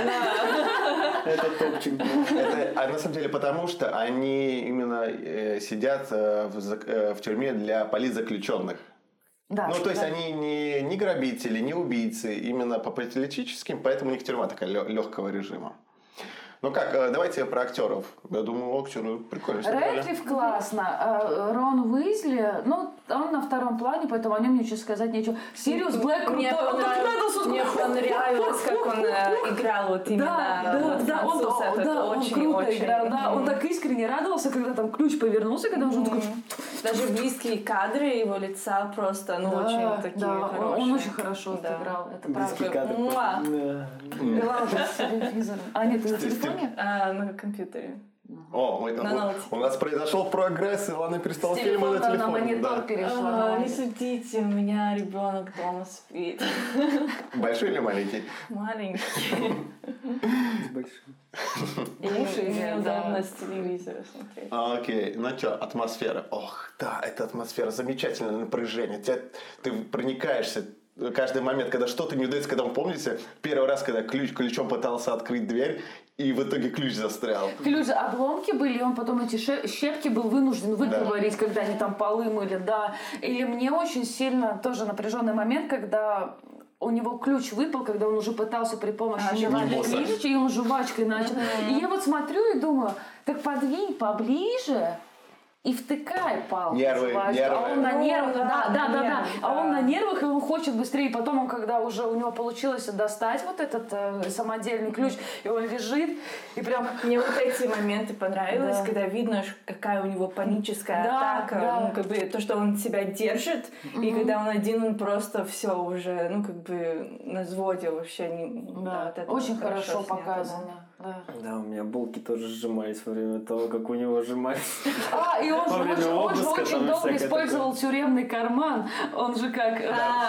Это топчик был. это, а на самом деле потому, что они именно э, сидят э, в, зак- э, в тюрьме для политзаключенных. Да, Ну, то есть да. они не, не грабители, не убийцы, именно по политическим, поэтому у них тюрьма такая легкого режима. Ну как, э, давайте про актеров. Я думаю, актеры прикольно сыграли. Рэдклифф классно. а Рон Уизли, ну, он на втором плане, поэтому о нем ничего сказать нечего. Сириус Блэк крутой. Мне Он так понравилось, надо, мне понравилось, как он э, играл вот именно Да, да, да, он, француз этот. да, он очень, круто очень. играл, да, он Мгм. так искренне радовался, когда там ключ повернулся, когда он уже такой... Даже близкие кадры его лица просто, ну, Да, очень такие да, он- хорошие. он очень хорошо Да. отыграл, это Близкий правда. кадр. Муа. Да. Главное, с телевизором. А, нет, ты на телефоне? А, на компьютере. О, мы- На у- ноуте. у нас произошел прогресс, Илона перестала С фильмы на телефона на телефон. монитор Да. перешла. А, не судите, у меня ребенок дома спит. Большой или маленький? Маленький. С большим. И уши Мне имеют, да. удобно с телевизора смотреть. А, Окей, ну что, атмосфера. Ох, да, это атмосфера, замечательное напряжение. Тебя, ты проникаешься каждый момент, когда что-то не удается, когда вы помните, первый раз, когда ключ ключом пытался открыть дверь, и в итоге ключ застрял. Ключ, обломки были, и он потом эти ше- щепки был вынужден выковырить, когда они там полы мыли, да. Или мне очень сильно тоже напряженный момент, когда у него ключ выпал, когда он уже пытался при помощи А, жевательной жвачкой. ключ, и он жвачкой начал. И я вот смотрю и думаю, так подвинь поближе и втыкай палку. в Нервы, жвачку. нервы. А он на Ну, нервах, да, да, да, да, да. нервы, А он да. на нервах, и он хочет быстрее. И потом он, когда уже у него получилось достать вот этот э, самодельный ключ, и он лежит, и прям... Мне вот эти моменты понравилось, Да. когда видно, ш- какая у него паническая Да, атака, да. ну как бы то, что он себя держит, и когда он один, он просто все уже, ну как бы на взводе вообще не. Да, вот это очень вот хорошо снято, да. показано. Да. Да, у меня булки тоже сжимались во время того, как у него сжимались. А, и он же, Во время очень, он же обыска очень там и долго всякое использовал тюремный карман. Он же как...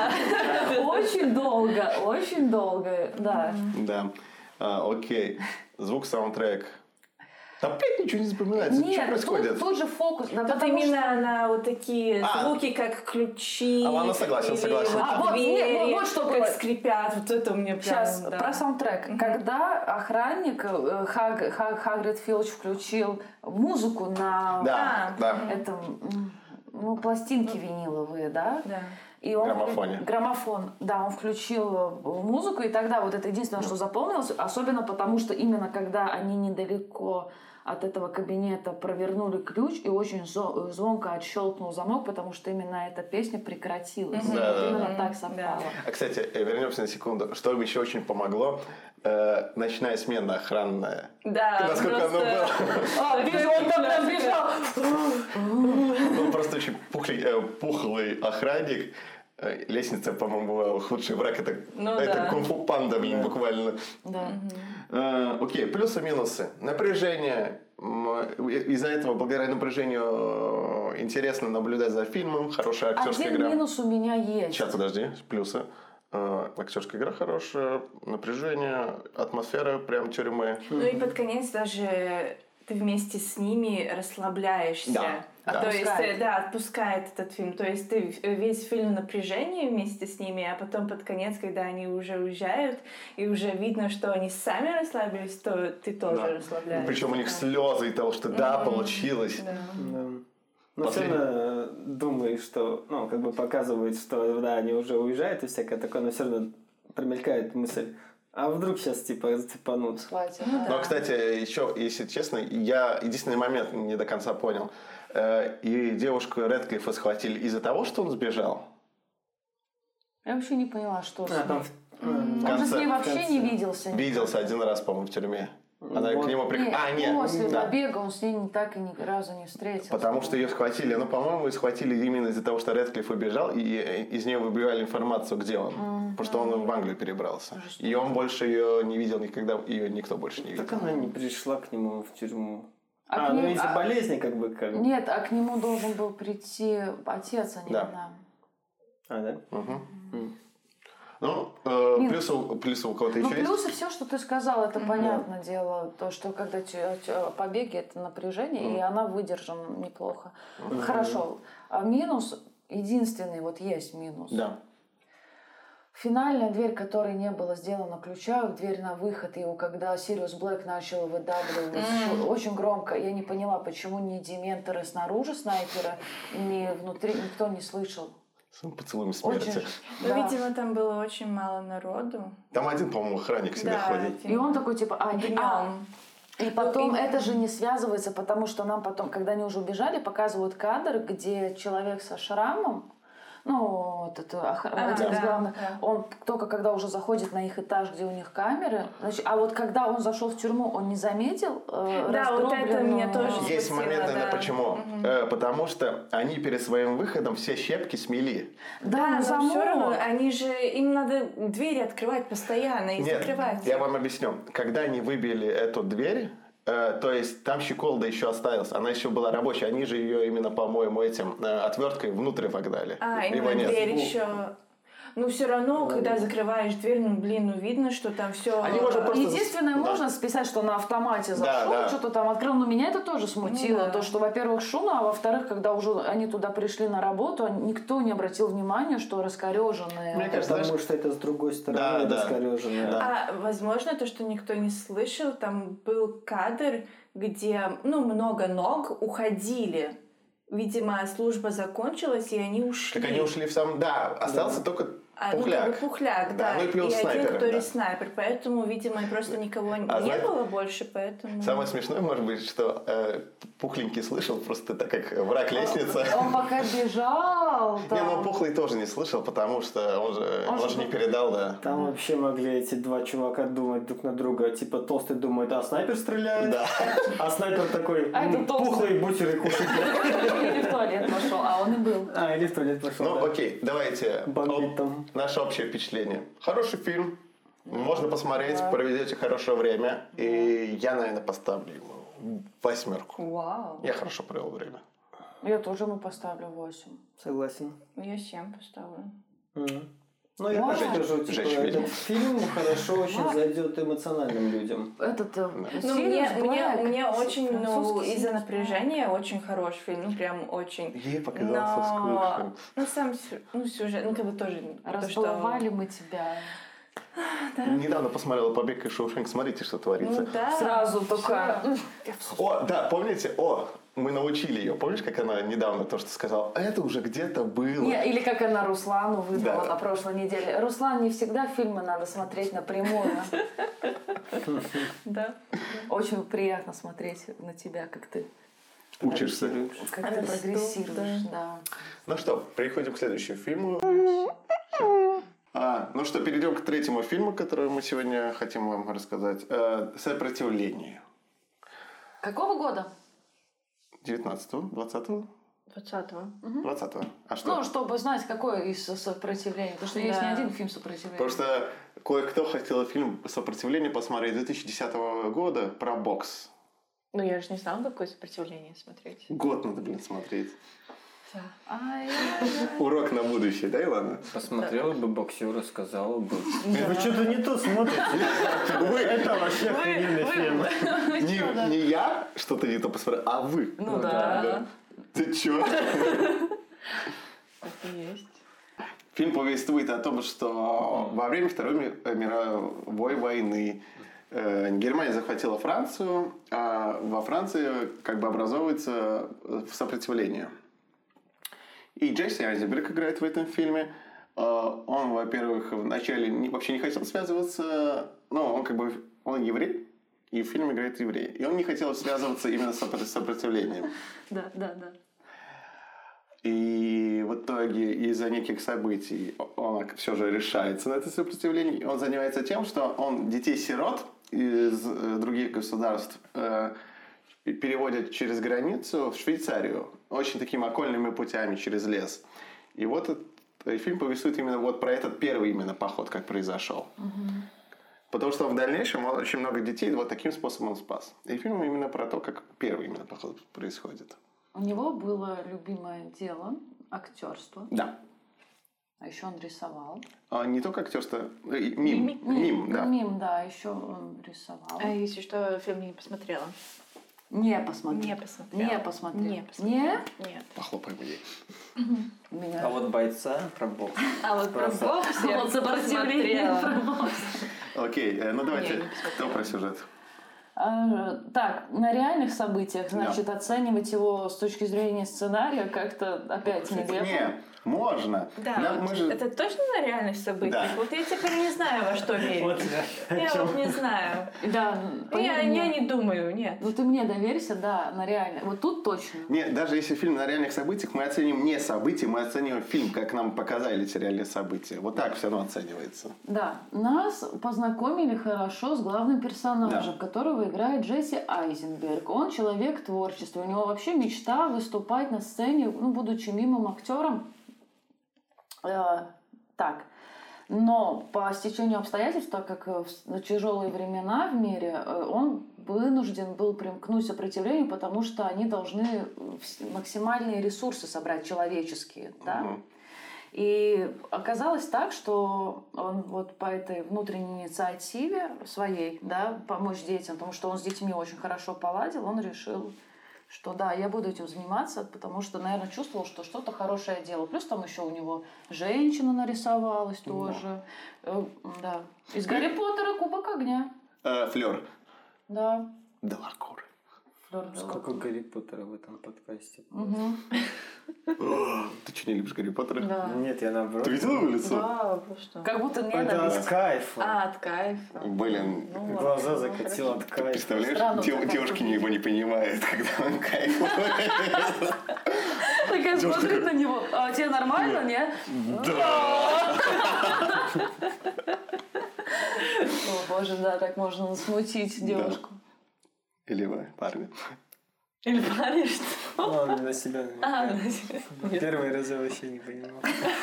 Очень долго, очень долго, да. Да. А, окей. Звук, саундтрек. Там опять ничего не запоминается. что Нет, происходит? тут, тут же фокус. Да, Тут потому именно на вот такие А. звуки, как ключи. А, ладно, согласен, или согласен. Вот А, вот, двери, нет, вот- вот что как было. скрипят. Вот это у меня прям. Сейчас да. про саундтрек. Когда охранник э, Хаг, Хаг- Хагрид Филч включил музыку на Да, А. да. этом, м, ну, пластинки виниловые, да? Да. И он Граммофоне. вклю- Граммофон, да, он включил э, музыку, и тогда вот это единственное, что запомнилось, особенно потому, что именно когда они недалеко от этого кабинета провернули ключ, и очень зо- звонко отщелкнул замок, потому что именно эта песня прекратилась. Да, Вот да, именно да. так совпало. А, кстати, э, вернемся на секунду. Что еще очень помогло? Э, ночная смена охранная. Да, Насколько просто- оно было? А, бежал, он там прям бежал. Он просто очень пухлый, э, пухлый охранник. Э, Лестница, по-моему, была худший враг. Это, Ну это да. кунг-фу панда, блин, буквально. Да. Э, окей, плюсы-минусы. Напряжение. М, Из-за этого, благодаря напряжению, э, интересно наблюдать за фильмом. Хорошая актерская Один игра. минус у меня есть. Сейчас, подожди, плюсы. Э, актерская игра хорошая, напряжение, атмосфера прям тюрьмы. Ну и под конец даже ты вместе с ними расслабляешься. Да, Да. То есть, Отпускает. э, да, отпускает этот фильм. То есть ты весь фильм напряжение вместе с ними, а потом под конец, когда они уже уезжают, и уже видно, что они сами расслабились, то ты тоже Да. расслабляешься. Причем у них слезы и того, что да, получилось. Да. Да. Но все Последний. равно думаешь, что, ну, как бы показывают, что, да, они уже уезжают и всякое такое, но все равно промелькает мысль, а вдруг сейчас, типа, цепанут. Хватит. Ну да. Но, кстати, еще, если честно, я единственный момент не до конца понял. Э, И девушку Рэдклиффа схватили из-за того, что он сбежал? Я вообще не поняла, что с А, там... ней. в- Он конце- же с ней в вообще конце. не виделся. Виделся один раз, по-моему, в тюрьме. Она Вот. к нему приходила. Нет, А, нет. после да. побега он с ней ни- так и ни разу не встретился. Потому что ее схватили. Ну, по-моему, ее схватили именно из-за того, что Рэдклифф убежал, и э, из нее выбивали информацию, где он. Потому что он в Англию перебрался. И он больше ее не видел никогда, ее никто больше не видел. Так она не пришла к нему в тюрьму. А А, к ну ним- из-за а- болезни, как бы, как бы. Нет, а к нему должен был прийти отец, а не Да. она. А, да? Мгм. М. Ну, э, Минус. плюсы, у- плюсы у кого-то Ну, еще есть? плюсы все, что ты сказал, это понятное дело. То, что когда те- те- побеги, это напряжение, и она выдержана неплохо. Хорошо. А минус, единственный, вот есть минус. Да. Финальная дверь, которой не было сделано ключа, дверь на выход, и когда Сириус Блэк начал выдавливать Mm. очень громко, я не поняла, почему ни дементоры снаружи снайпера, ни внутри никто не слышал. С поцелуем Очень, смерти. Ну, да. видимо, там было очень мало народу. Там один, по-моему, охранник себе Да, ходит. И он такой типа, а, Днём. а, и потом Ну, и- это же не связывается, потому что нам потом, когда они уже убежали, показывают кадр, где человек со шрамом, ну, этот, ох- А, один из да, главных, да. он только когда уже заходит на их этаж, где у них камеры, значит, а вот когда он зашел в тюрьму, он не заметил э, Да, вот это раздробленную- меня тоже Есть смутило, момент, наверное, да. почему. Мгм. Э, потому что они перед своим выходом все щепки смели. Да, Да, но но замок. все равно они же им надо двери открывать постоянно и Нет, закрывать. я вам объясню. Когда они выбили эту дверь, э, то есть там щеколда еще осталась, она еще была рабочая, они же ее именно, по-моему, этим э, отверткой внутрь вогнали. А, Его именно нет. дверь еще. Ну, все равно, когда закрываешь дверь, ну, блин, ну, видно, что там все... Они, может, просто- Единственное, Да. можно списать, что на автомате зашел, да. что-то там открыл. Но меня это тоже смутило. Ну да. То, что, во-первых, шумно, а во-вторых, когда уже они туда пришли на работу, никто не обратил внимания, что раскореженные. Мне кажется, Потому знаешь- что это с другой стороны Да, да. раскорёженное. Да. А, возможно, то, что никто не слышал, там был кадр, где, ну, много ног уходили. Видимо, служба закончилась, и они ушли. Как они ушли в сам... Да, остался только А, ну, пухляк. как бы пухляк, Да, да. ну и плюс один, снайперы, который да. снайпер. Поэтому, видимо, просто никого А не знаете- было больше, поэтому... Самое смешное, может быть, что э, Пухленький слышал просто так, как враг лестницы. Он пока бежал. Не, ну там. Пухлый тоже не слышал, потому что он же, Он он же же не был- передал, да. Там вообще могли эти два чувака думать друг на друга. Типа толстый думает, а снайпер стреляет. Да. А снайпер такой, А это «М, толстый». пухлые бутеры кушайте. Или в туалет пошел, а он и был. А, или в туалет пошел. Ну, да. окей, давайте. Бомбит Об- там. Наше общее впечатление. Хороший фильм. Можно посмотреть, проведете хорошее время. И я, наверное, поставлю ему восьмерку. Вау. Я хорошо провел время. Я тоже ему поставлю восемь. Согласен. Я семь поставлю. Мгм. Ну, я Вау. тоже скажу, типа, Женщина видела? этот фильм хорошо очень Вау. зайдет эмоциональным людям. Этот э, Ну, Сириус мне, мне, Блэк, мне очень, ну, французский из-за Сириус напряжения очень хороший фильм, ну, прям очень. Ей показался Но, скучным. ну, сам сю- ну, сюжет, ну, как бы тоже... Блэк. то, что- Разбаловали мы тебя. Недавно посмотрела «Побег из Шоушенка». Смотрите, что творится. Ну, да. Сразу только. О, да, помните? О, мы научили ее. Помнишь, как она недавно то, что сказала? А это уже где-то было. Не, или как она Руслану выдала Да. на прошлой неделе. Руслан, не всегда фильмы надо смотреть напрямую. Да. Очень приятно смотреть на тебя, как ты, Учишься. как ты Растут, прогрессируешь. Да. Ну что, переходим к следующему фильму. А, ну что, перейдем к третьему фильму, который мы сегодня хотим вам рассказать. Э, «Сопротивление». Какого года? девятнадцатого, двадцатого? двадцатого. двадцатого. А что? Ну, чтобы знать, какой из сопротивлений. Потому что есть Да. не один фильм сопротивления. Потому что кое-кто хотел фильм «Сопротивление» посмотреть две тысячи десятого года про бокс. Ну, я же не знала, какое сопротивление смотреть. Год надо, блин, смотреть. Ай-яй-яй. Урок на будущее, да, Илона? Посмотрела бы боксера, сказала бы. Вы что-то не то смотрите. Это вообще охрененный фильм. Не, не я что-то не то посмотрел, а вы. Ну да. Ты чё? Так и есть. Фильм повествует о том, что во время Второй ми- мировой войны э, Германия захватила Францию, а во Франции как бы образовывается сопротивление. И Джесси Айзенберг играет в этом фильме. Э, он, во-первых, вначале не, вообще не хотел связываться, ну, он как бы, он еврей, и в фильме играет еврей. И он не хотел связываться именно с сопро- сопротивлением. Да, да, да. И в итоге из-за неких событий он все же решается на это сопротивление. Он занимается тем, что он детей-сирот из других государств э, переводит через границу в Швейцарию. Очень такими окольными путями через лес. И вот этот фильм повествует именно вот про этот первый именно поход, как произошел. Угу. Потому что в дальнейшем он очень много детей вот таким способом спас. И фильм именно про то, как первый именно поход происходит. У него было любимое дело – актерство. Да. А еще он рисовал. А, не только актерство, э, мим. Мим, мим, да. Мим, да, еще он рисовал. А если что, фильм не посмотрела? Не посмотрела. Не посмотрела. Не посмотрела. Не посмотрела. Не? Нет. Похлопаем ей. Меня... А вот бойца про бокс. А вот про Просто- бокс я Вот сопротивление посмотрела. про бокс. Окей, э, ну Не, давайте, не посмотрела. кто про сюжет? А, Так, на реальных событиях, значит, оценивать его с точки зрения сценария как-то опять нелепо. Не, можно. Да, Да, вот мы же... это точно на реальных событиях? Да. Вот я теперь не знаю, во что верить. Вот я Я хотел. вот не знаю. Да, Я, поверь я мне. не думаю, нет. Ну ты мне доверься, да, на реально. Вот тут точно. Не, даже если фильм на реальных событиях, мы оценим не события, мы оцениваем фильм, как нам показали эти реальные события. Вот так все равно оценивается. Да, нас познакомили хорошо с главным персонажем, Да. которого играет Джесси Айзенберг. Он человек творчества. У него вообще мечта выступать на сцене, ну, будучи мимым актером. Э, так. Но по стечению обстоятельств, так как в тяжелые времена в мире, э, он вынужден был примкнуть к сопротивлению, потому что они должны максимальные ресурсы собрать человеческие. Да? Мгм. И оказалось так, что он вот по этой внутренней инициативе своей, да, помочь детям, потому что он с детьми очень хорошо поладил, он решил, что да, я буду этим заниматься, потому что, наверное, чувствовал, что что-то хорошее делал. Плюс там еще у него женщина нарисовалась тоже. Э, Да. Из Гарри Поттера Кубок огня. Э, Флёр. Да. Делакур. Флёр Сколько Гарри Поттера в этом подкасте? Мгм. Ты что, не любишь Гарри Поттера? Да. Нет, я наоборот. Ты видела его лицо? Да, вы что? Как будто Это ненависть. от кайфа. А, от кайфа. Блин, Ну, Глаза ладно, закатил от кайфа. представляешь, Странно, де- так девушки выглядит. его не понимают, когда он кайфует. Такая смотрит на него. А тебе нормально, не? О, боже, да, так можно смутить девушку. Или вы, парни. Или парень, что? Ну, он на себя А, намекает. Первый раз я вообще не понимал.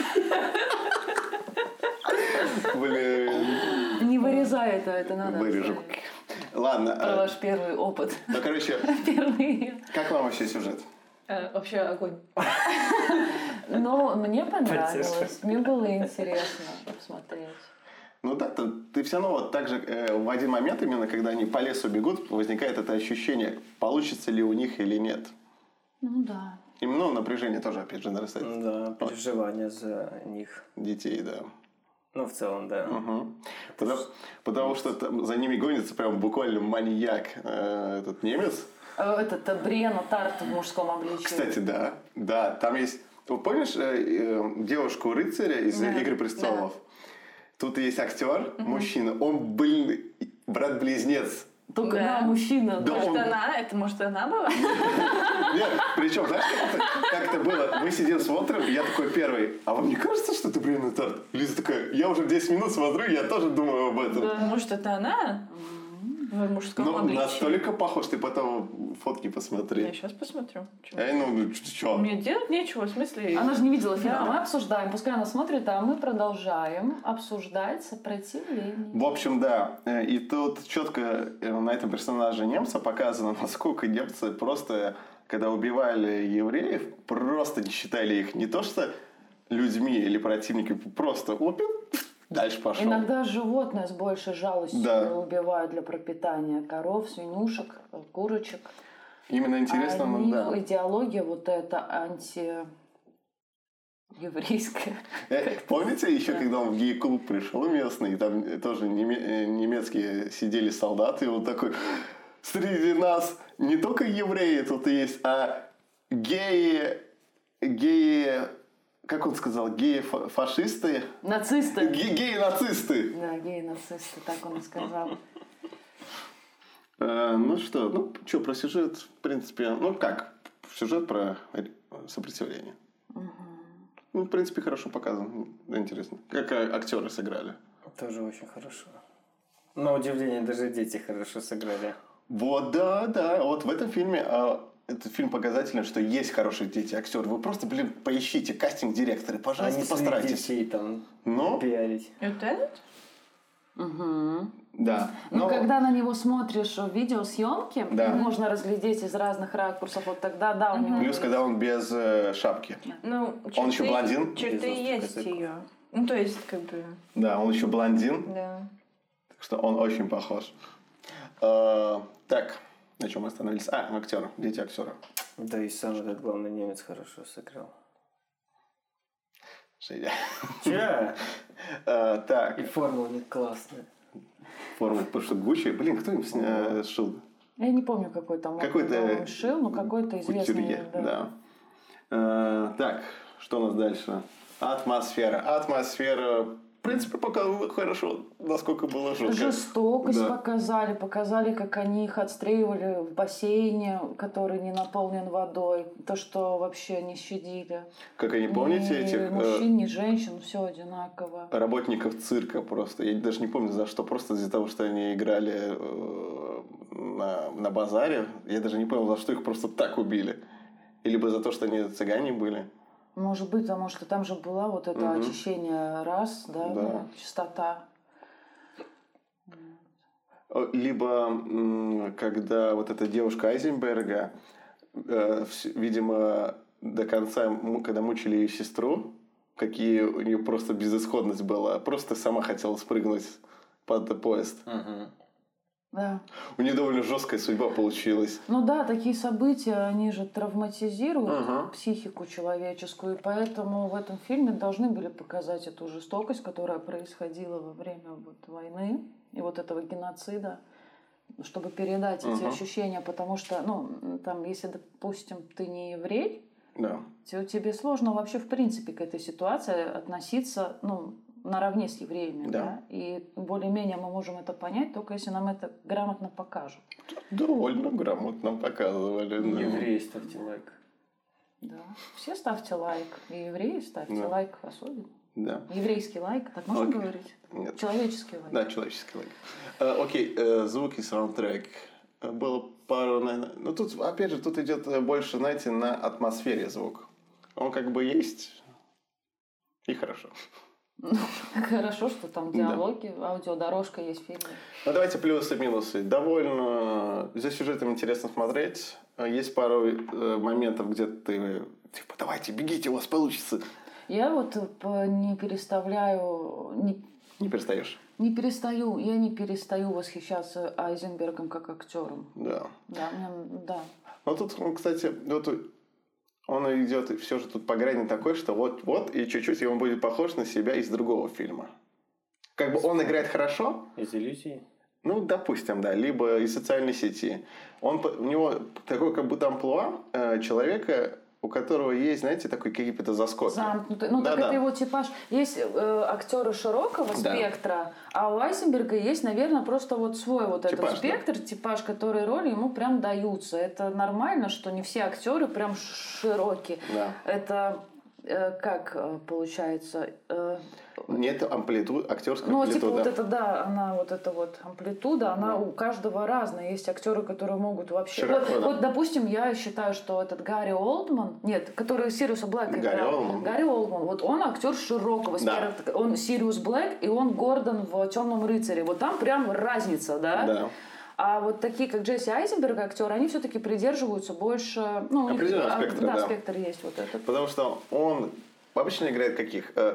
Блин, Не вырезай это, это надо. вырежу. Ладно, Про э, ваш первый опыт. ну, короче, Первый. как вам вообще сюжет? Э, Вообще огонь. Ну, мне понравилось. Поддержка. Мне было интересно посмотреть. Ну да, ты, ты все равно вот так же э, в один момент, именно когда они по лесу бегут, возникает это ощущение, получится ли у них или нет. Ну да. И, ну, напряжение тоже, опять же, нарастает. Да, переживания за них. Детей, да. Ну, в целом, да. Угу. Потому, потому что там за ними гонится прям буквально маньяк, э, этот немец. Э, Этот э, Бриена Тарт в мужском обличии. Кстати, да, да, там есть... Вы помнишь э, э, девушку-рыцаря из Да, «Игры престолов»? Тут есть актер, мужчина, он, блин, брат-близнец. Только Да. да, мужчина. Да. Может, он- она? Это может, она была? Нет, причем, знаешь, как это, как это было? Мы сидим, смотрим, и я такой первый. А вам не кажется, что это Бриена Тарт? Лиза такая, я уже десять минут смотрю, я тоже думаю об этом. Может, это она? В мужском Ну, обличии. настолько похож, ты потом фотки Я посмотри. сейчас посмотрю. Чё? Эй, ну, что? Мне делать нечего, в смысле... Она же не видела фильм. Да. А мы обсуждаем. Пускай она смотрит, а мы продолжаем обсуждать сопротивление. В общем, да. Э, И тут четко э, на этом персонаже немца показано, насколько немцы просто, когда убивали евреев, просто не считали их не то что людьми или противниками, просто убил, дальше пошел. Иногда животное с большей жалостью Да. убивают для пропитания. Коров, свинюшек, курочек. Именно интересно, а у ну, них да. идеология вот эта антиеврейская. Э, Помните еще, когда он в гей-клуб пришел местный, и там тоже неме- немецкие сидели солдаты, и он такой, среди нас не только евреи тут есть, а геи, геи, как он сказал, геи-фашисты? Нацисты. Ге- Геи-нацисты. Да, геи-нацисты, так он и сказал. Э, Ну что, ну что, про сюжет, в принципе, ну как, сюжет про сопротивление. Ну, в принципе, хорошо показан, интересно. Как а, актеры сыграли. Тоже очень хорошо. На удивление, даже дети хорошо сыграли. Вот, да, да, вот в этом фильме, а, этот фильм показательный, что есть хорошие дети актеры. Вы просто, блин, поищите кастинг-директоры, пожалуйста, Они своих постарайтесь. детей там Ну, пиарить. Вот этот? Угу. да. Но Но- когда на него смотришь в видеосъемке, Да. можно разглядеть из разных ракурсов. Вот тогда, да, у него Плюс, есть. когда он без э, шапки. Ну, Он еще черты- блондин? Черты Без острых есть языков. ее. Ну, то есть, как бы, Да, он еще блондин, да. так что он очень похож. Э, так, на чем мы остановились? А, актеры, дети актера. Да и сам этот главный немец хорошо сыграл. Женя. Че? Э, Так, И форма у них классная. форма, потому что Гуччи, блин, кто им сня- сшил? Я не помню, какой там Какой-то он шил, но какой-то известный. Кутюрье, да. да. Э, так, что у нас дальше? Атмосфера. Атмосфера, в принципе, показывала хорошо, насколько было жестко. Жестокость Да. показали, показали, как они их отстреливали в бассейне, который не наполнен водой. То, что вообще не щадили. Как они, помните, ни этих э, мужчин, ни женщин, все одинаково. работников цирка просто? Я даже не помню за что, просто из-за того, что они играли э, на, на базаре. Я даже не понял, за что их просто так убили. Или бы за то, что они цыгане были. Может быть, потому что там же была вот это Мгм. очищение рас, да, Да. ну, чистота. Э, Либо, м, когда вот эта девушка Айзенберга, э, вс- видимо, до конца, м, когда мучили ее сестру, какие у нее просто безысходность была, просто сама хотела спрыгнуть под поезд. Да. У нее довольно жесткая судьба получилась. Ну да, такие события, они же травматизируют Ага. психику человеческую, и поэтому в этом фильме должны были показать эту жестокость, которая происходила во время вот войны и вот этого геноцида, чтобы передать эти Ага. ощущения, потому что, ну, там, если, допустим, ты не еврей, Да. то тебе сложно вообще, в принципе, к этой ситуации относиться, ну, наравне с евреями, Да. да? И более-менее мы можем это понять, только если нам это грамотно покажут. Довольно грамотно показывали. да. Евреи, ставьте лайк. Да. Все ставьте лайк. И евреи ставьте Да. лайк особенно. Да. Еврейский лайк. Так можно Окей. говорить? Нет. Человеческий лайк. Да, человеческий лайк. Э, Окей, э, звук и саундтрек. Э, Было пару, наверное... Ну, тут, опять же, тут идет э, больше, знаете, на атмосфере звук. Он как бы есть, и хорошо. Хорошо, что там диалоги, аудиодорожка есть в фильме. Ну, давайте плюсы и минусы. Довольно... За сюжетом интересно смотреть. Э, Есть пару э, моментов, где ты... Типа, давайте, бегите, у вас получится. Я вот э, не переставляю, не, Не перестаешь. не перестаю, я не перестаю восхищаться Айзенбергом как актером. Да. Да, мне, да. Но тут, он, кстати, вот он идет все же тут по грани такой, что вот-вот, и чуть-чуть, и он будет похож на себя из другого фильма. Как бы он играет хорошо, Из иллюзий. ну, допустим, да, либо из социальной сети. Он, по- у него такой как будто амплуа э, человека, у которого есть, знаете, такой какие-то заскоки. Замкнутый. Ну, так Да-да. это его типаж. Есть э, актеры широкого Да. спектра, а у Айзенберга есть, наверное, просто вот свой вот Типаж, этот спектр, типаж, который роли ему прям даются. Это нормально, что не все актеры прям широкие. Да. Это э, как э, получается? Э, Нет амплитуд, актерской ну, амплитуды. типа вот это, да, она вот эта вот амплитуда, она Да. у каждого разная. Есть актеры, которые могут вообще... Широко, вот, да. вот, допустим, я считаю, что этот Гарри Олдман, нет, который Сириуса Блэка Гарри играл. Олдман. Гарри Олдман, вот он актер широкого Да. спектра. Он Сириус Блэк, и он Гордон в «Темном рыцаре». Вот там прям разница, да? Да. А вот такие, как Джесси Айзенберг, актеры, они все-таки придерживаются больше... Ну, у них- Определенного а, спектра, да, да. спектр есть вот этот. Потому что он обычно играет каких? Э,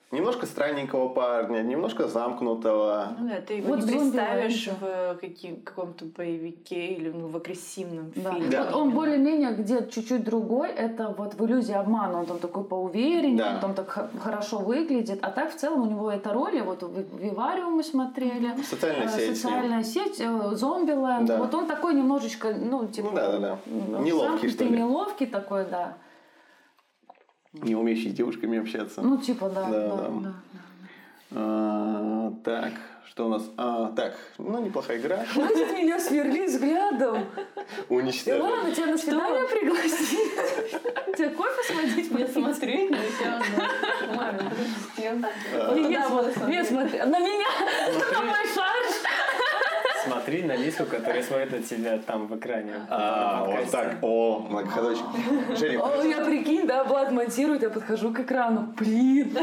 немножко странненького парня, немножко замкнутого. Ну да, ты его Вот не представишь зомби-лайнер. в каким- каком-то боевике или ну, в агрессивном Да. фильме. Да. Вот он более-менее где чуть-чуть другой, это вот в «Иллюзии обмана», он там такой поувереннее, Да. он там так х- хорошо выглядит, а так в целом у него эта роль, вот в «Вивариум» мы смотрели, Социальная э, сеть с ним. социальная сеть, э, «Зомбиленд», Да. вот он такой немножечко, ну, типа... Ну да-да-да. ну, Неловкий, замкнутый, что ли. неловкий такой, да. Не умеющий с девушками общаться. Ну, типа, да, Да, да, да. да. А, так, что у нас? А, так, ну, неплохая игра. Хватит меня сверлить взглядом. Уничтожить. Ладно, тебя на свидание пригласить. Тебе кофе сводить, мне смотреть на тебя. Маме, с кем? Нет, вот, нет, смотри, на меня, на мой шарж. Смотри на Лису, которая смотрит на тебя там в экране. А, В вот подкасте. так. О, многоходочек. Женя, О, я прикинь, да, Влад монтирует, я подхожу к экрану. Блин.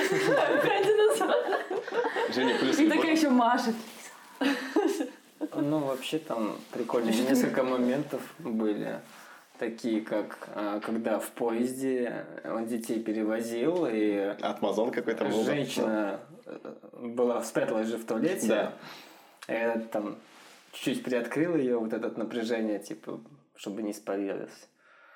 Женя, плюс И не такая будет? еще машет. Ну, вообще там прикольно. Несколько моментов были. Такие, как а, когда в поезде он детей перевозил, и Атмазон какой-то был. женщина э, была, спряталась же в туалете. Да. И я там чуть-чуть приоткрыл ее, вот это напряжение, типа, чтобы не испарилось.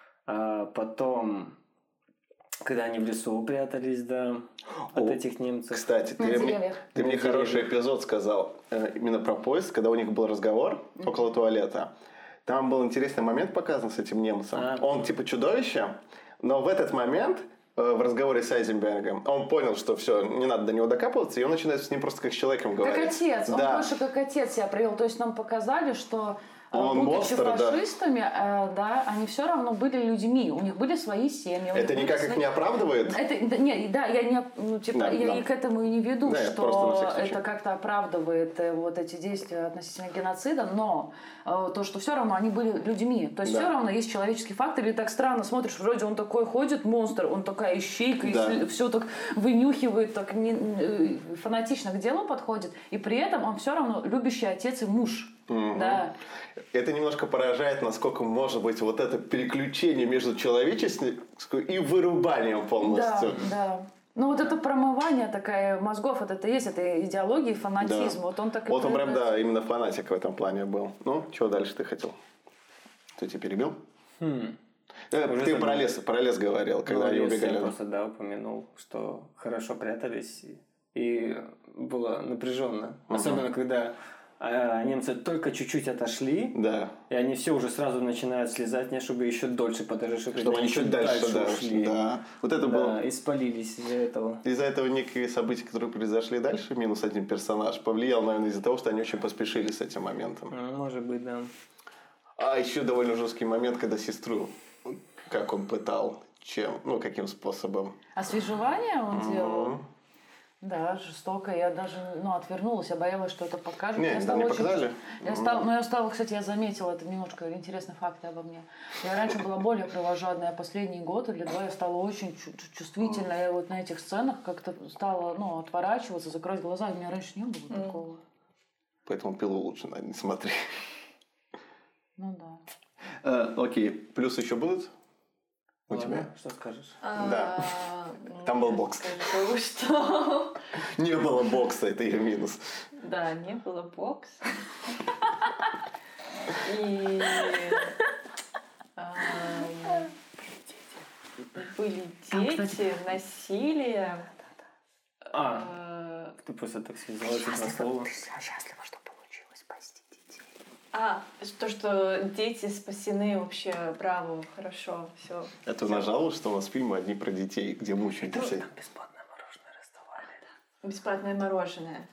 А потом, когда они в лесу прятались, да, от О, этих немцев. Кстати, На ты, мне, деревьях. ты мне На хороший деревьях. эпизод сказал э, именно про поезд, когда у них был разговор около туалета. Там был интересный момент показан с этим немцем. А. Он типа чудовище, но в этот момент э, в разговоре с Айзенбергом он понял, что все, не надо до него докапываться, и он начинает с ним просто как с человеком Как говорить. отец, он Да. больше как отец себя привел. То есть нам показали, что э, Он будучи монстр, да. фашистами, э, да, они все равно были людьми. У них были свои семьи. у Это них никак были их свои- не оправдывает. Это, да, не, да, я не, ну, типа, Да, я да. и к этому и не веду, Да, это просто на что всякий случай. это как-то оправдывает э, вот эти действия относительно геноцида, но э, то, что все равно они были людьми, то есть Да. все равно есть человеческий фактор, или так странно смотришь, вроде он такой ходит, монстр, он такая ищейка, Да. и все так вынюхивает, так не, э, фанатично к делу подходит, и при этом он все равно любящий отец и муж. Мгм. Да. Это немножко поражает, насколько может быть вот это переключение между человеческим и вырубанием Да, полностью. да. Ну вот это промывание такая мозгов, вот это и есть, это идеология и фанатизм. Да. Вот он так и Вот он прям, проявляется. да, именно фанатик в этом плане был. Ну, чего дальше ты хотел? Кто тебя перебил? Хм. Э, Уже ты забыл. про лес, про лес говорил, когда они Говорил, я убегали. просто, да, упомянул, что хорошо прятались, и, и было напряженно. Особенно, когда а, немцы только чуть-чуть отошли, Да. и они все уже сразу начинают слезать, не чтобы еще дольше подожди, Чтобы они чуть дальше, да, ушли. да. Вот это Да, было... и спалились из-за этого. Из-за этого некие события, которые произошли дальше, минус один персонаж, повлиял, наверное, из-за того, что они очень поспешили с этим моментом. М, Может быть, да. А еще довольно жесткий момент, когда сестру, как он пытал, чем, ну, каким способом. Освежевание он делал? Мгм. Да, жестоко. Я даже ну, отвернулась, я боялась, что это покажут. Не, Я там стала не очень показали. чувств- Я стала, ну, я стала, кстати, я заметила, это немножко интересные факты обо мне. Я раньше была более кровожадная, последний год или два я стала очень чу- чу- чувствительной. Я вот на этих сценах как-то стала ну, отворачиваться, закрыть глаза. У меня раньше не было такого. Поэтому пилу лучше, наверное, не смотри. Ну да. Э, Окей, плюс еще будут? У Ладно, тебя? что скажешь? Да. А, Там был бокс. Скажу, что... Не было бокса, это ее минус. Да, не было бокса. И... ам, Были Там, кстати, дети, насилие. А, а, ты просто так связала эти два слова. Я счастлива, что получилось спасти детей. А, то, что дети спасены, вообще, браво, хорошо, все. Это нажал, что у нас фильмы одни про детей, где мучают детей. Там бесплатное мороженое раздавали. Бесплатное мороженое.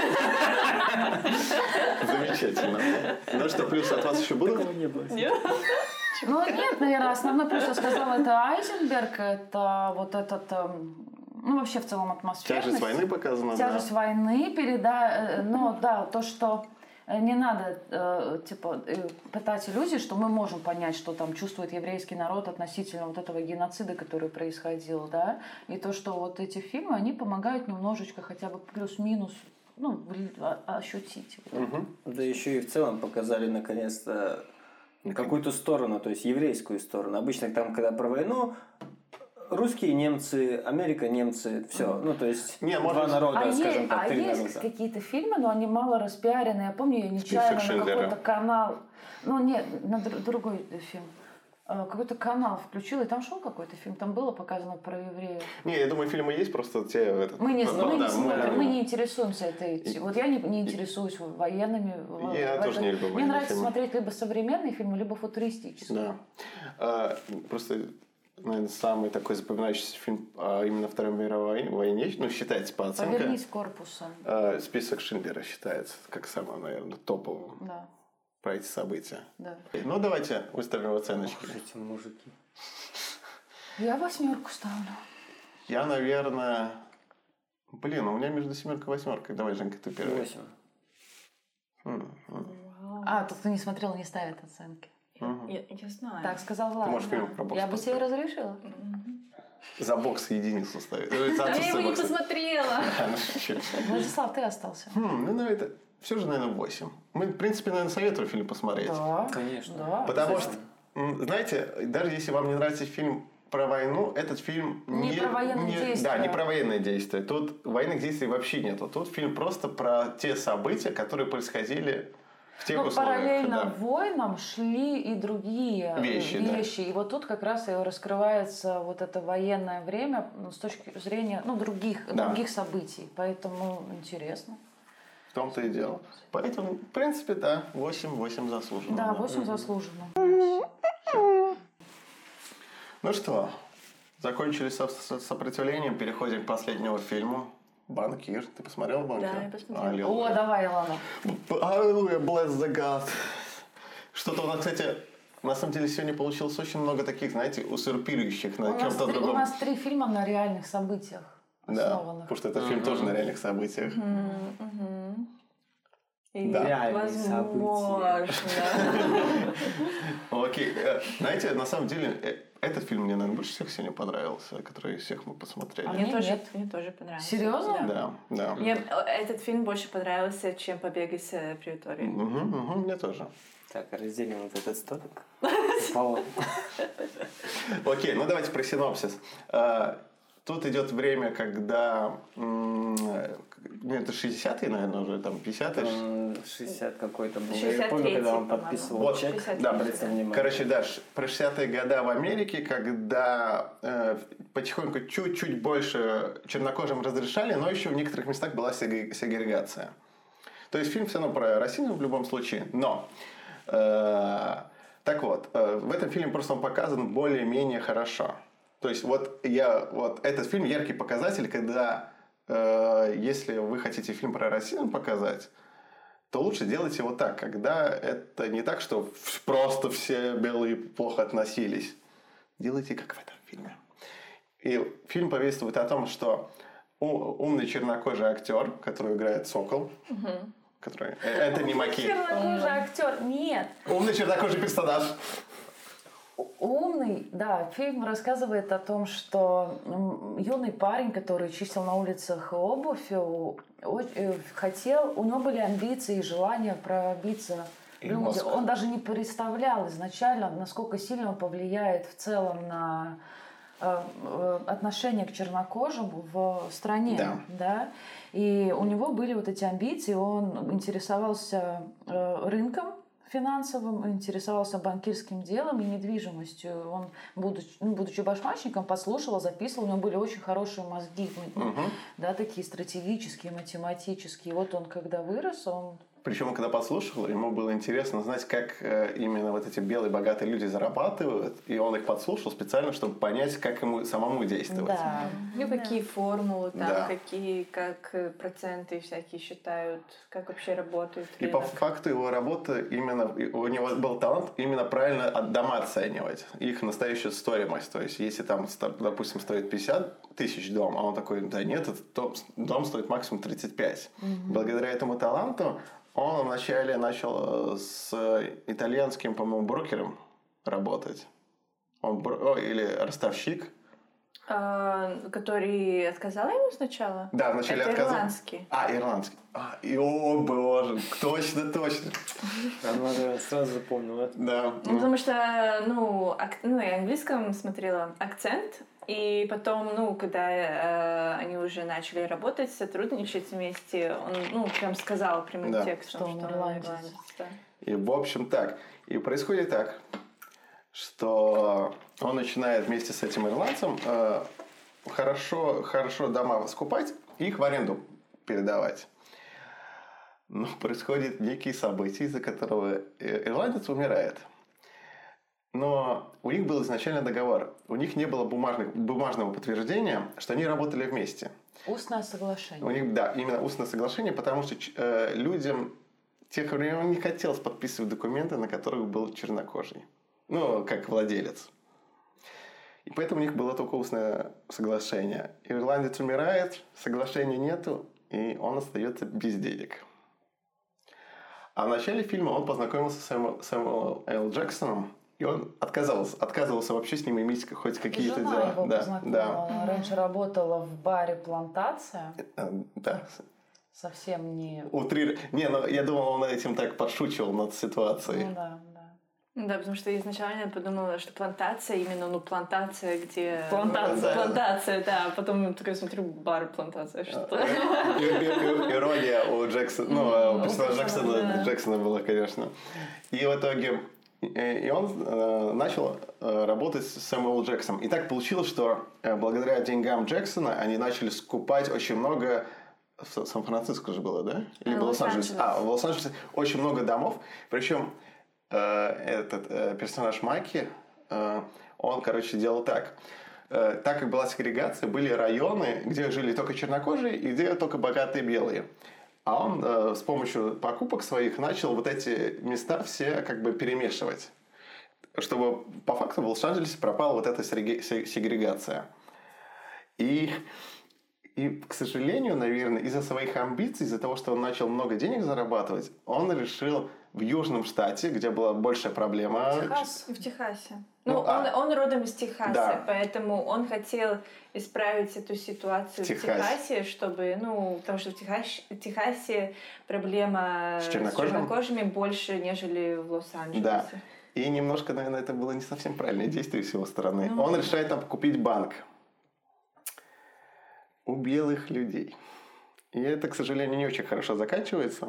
Замечательно. Ну что, плюс от вас еще будут? Такого не было. Ну нет, наверное, основной плюс, я сказала, это Айзенберг, это вот этот, эм, ну вообще в целом атмосферность. Тяжесть войны показана, да. Тяжесть войны, переда... э, ну да, то, что э, не надо э, типа э, пытать иллюзии, что мы можем понять, что там чувствует еврейский народ относительно вот этого геноцида, который происходил, да, и то, что вот эти фильмы, они помогают немножечко хотя бы плюс-минус ну, в- а- ощутить. Мгм. Да еще и в целом показали наконец-то какую-то сторону, то есть еврейскую сторону. Обычно там, когда про войну, русские, немцы, Америка, немцы, все. Ну, то есть Не, два может, народа, А, скажем есть, так, а три есть народа. какие-то фильмы, но они мало распиарены. Я помню, я нечаянно на Шиндлера. какой-то канал... Ну, нет, на др- другой фильм. Э, Какой-то канал включил, и там шел какой-то фильм. Там было показано про евреев. Не, я думаю, фильмы есть, просто те... Этот, Мы не, ну, мы не да, смотрим, мы- мы не интересуемся этой... И- Вот я не, не интересуюсь военными. в- Я в тоже это- не люблю Мне военные нравится фильмы. смотреть либо современные фильмы, либо футуристические. Да. А, просто, наверное, самый такой запоминающийся фильм а, именно Второй мировой войне, ну, считается по оценке. Повернись корпусом. а, список Шиндлера считается как самым, наверное, топовым Да, про эти события. да. Ну, давайте выставим оценочки. Ох, эти мужики. Я восьмерку ставлю. Я, наверное... Блин, у меня между семеркой и восьмеркой. Давай, Женька, ты первый. Восемь. М, м. А, тот, кто не смотрел, не ставит оценки. Я, я знаю. Так сказал Влад. можешь фильм про бокс Я бы себе разрешила. За бокс единицу ставить. Э, за А я отсутствие его не бокса. посмотрела. А, ну, чё. Владислав, ты остался. Хм, ну, наверное, это все же, наверное, восемь. Мы, в принципе, наверное, советуем фильм посмотреть. Да, Конечно. да. Потому что, м, знаете, даже если вам не нравится фильм про войну, этот фильм Не про военные действия. Да, не про военные действия. Тут военных действий вообще нету. Тут фильм просто про те события, которые происходили в тех Ну, условиях. параллельно да. войнам шли и другие э, Вещи, да. вещи. И вот тут как раз и раскрывается вот это военное время ну, с точки зрения ну, других, Да. других событий. Поэтому интересно. В том-то и дело. Поэтому, в принципе, да, восемь заслуженно. Да, восемь заслуженно. Ну что, закончили со, со- сопротивлением, переходим к последнему фильму. «Банкир». Ты посмотрел «Банкир»? Да, я посмотрела. Аллилуйя. О, давай, Илона. Аллилуйя, bless the God. Что-то у нас, кстати, на самом деле сегодня получилось очень много таких, знаете, узурпирующих У на нас, чем-то три, у другом. нас три фильма на реальных событиях Да, основанных. потому что этот фильм тоже на реальных событиях. И Да. Реальные возможно. Окей, э, знаете, на самом деле, э, этот фильм мне, наверное, больше всех сегодня понравился, который из всех мы посмотрели. А Мне Мне тоже, нет. мне тоже понравился. Серьезно? Да, да. Мне э, этот фильм больше понравился, чем «Побег из э, претории». Мгм, мгм, мне тоже. Так, разделим вот этот столик. Пополам. Окей, ну давайте про синопсис. А, Тут идет время, когда... м, ну, это шестидесятые, наверное, уже, там, пятидесятые. М, шестьдесят какой-то был. Я шестьдесят помню, когда он третий, подписывал по-моему. чек. Вот, да, обратите да. внимание. Короче, да, ш- про шестидесятые годы в Америке, когда э, потихоньку чуть-чуть больше чернокожим разрешали, но еще в некоторых местах была сегре- сегрегация. То есть фильм все равно про расизм в любом случае, но... э, так вот, э, в этом фильме просто он показан более-менее хорошо. То есть вот я вот этот фильм яркий показатель, когда э, если вы хотите фильм про расизм показать, то лучше делайте его так, когда это не так, что в- просто все белые плохо относились. Делайте как в этом фильме. И фильм повествует о том, что у- умный чернокожий актер, который играет Сокол, который э, это не Маки, Чернокожий актер. Нет. умный чернокожий персонаж. Умный, да, фильм рассказывает о том, что м, юный парень, который чистил на улицах обувь, о- о- э, хотел, у него были амбиции и желание пробиться в И люди. мозг. Он даже не представлял изначально, насколько сильно он повлияет в целом на э, э, отношение к чернокожим в стране. Да. Да? И у него были вот эти амбиции, он интересовался э, рынком финансовым, интересовался банкирским делом и недвижимостью. Он, будучи, ну, будучи башмачником, подслушивал, записывал. У него были очень хорошие мозги, ну, да, такие стратегические, математические. И вот он, когда вырос, он... Причем, когда послушал, ему было интересно знать, как э, именно вот эти белые богатые люди зарабатывают. И он их подслушал специально, чтобы понять, как ему самому действовать. Да. Ну, какие формулы там, Да. какие, как э, проценты всякие считают, как вообще работает И по рынок. факту его работа именно, и у него был талант именно правильно от дома оценивать, их настоящую стоимость. То есть, если там, ста- допустим, стоит пятьдесят тысяч дом, а он такой, да нет, этот дом, дом стоит максимум тридцать пять. Благодаря этому таланту он вначале начал э, с итальянским, по-моему, брокером работать. Он, бро- о, или ростовщик. А, который отказал ему сначала? Да, вначале Это отказал. ирландский. А, ирландский. А, и, о, боже, точно, точно. Она сразу запомнила. Да. Ну, потому что, ну, ак- ну, я в английском смотрела акцент, и потом, ну, когда э, они уже начали работать, сотрудничать вместе, он, ну, прям сказал прямым Да. текстом, Что он ирландец. Ну, И, в общем, так. И происходит так, что он начинает вместе с этим ирландцем э, хорошо, хорошо дома скупать и их в аренду передавать. Но происходит некие события, из-за которого ирландец умирает. Но у них был изначально договор. У них не было бумажных, бумажного подтверждения, что они работали вместе. Устное соглашение. У них, да, именно устное соглашение, потому что э, людям тех времен не хотелось подписывать документы, на которых был чернокожий. Ну, как владелец. И поэтому у них было только устное соглашение. Ирландец умирает, соглашения нету, и он остается без денег. А в начале фильма он познакомился с Сэму- Сэмюэлом Л. Джексоном, и он отказывался, отказывался вообще с ним иметь хоть какие-то Жена дела. его Да, познакомила. да, Она раньше работала в баре «Плантация». Э, да. Совсем не... Утрир... Не, ну я думал, он этим так подшучивал над ситуацией. Ну да, да. Да, потому что изначально я подумала, что плантация именно, ну, плантация, где... Плантация. Плантация, да. А потом такая смотрю, бар плантация, что? И- и- и- Ирония у Джексона, ну, у персонажа Джексона, Джексона, да. Джексона была, конечно. И в итоге э, и он э, начал э, работать с Сэмюэлом Джексоном. И так получилось, что э, благодаря деньгам Джексона они начали скупать очень много... В Сан- Сан-Франциско же было, да? Или Э, в Лос-Анджелесе? Лос-Анджелес. А, в Лос-Анджелесе очень много домов. Причем э, этот э, персонаж Майки, э, он, короче, делал так. Э, так как была сегрегация, были районы, где жили только чернокожие и где только богатые белые. А он э, с помощью покупок своих начал вот эти места все как бы перемешивать. Чтобы по факту в Лос-Анджелесе пропала вот эта сегре- се- сегрегация. И, и, к сожалению, наверное, из-за своих амбиций, из-за того, что он начал много денег зарабатывать, он решил в Южном штате, где была большая проблема... Техас. В Техасе. Ну, Ну, а. он, он родом из Техаса, Да. поэтому он хотел исправить эту ситуацию В в Техасе. Техасе, чтобы, ну, потому что в Техасе, в Техасе проблема С с чернокожими? чернокожими больше, нежели в Лос-Анджелесе. Да. И немножко, наверное, это было не совсем правильное действие с его стороны. Ну, он да. решает там купить банк у белых людей. И это, к сожалению, не очень хорошо заканчивается.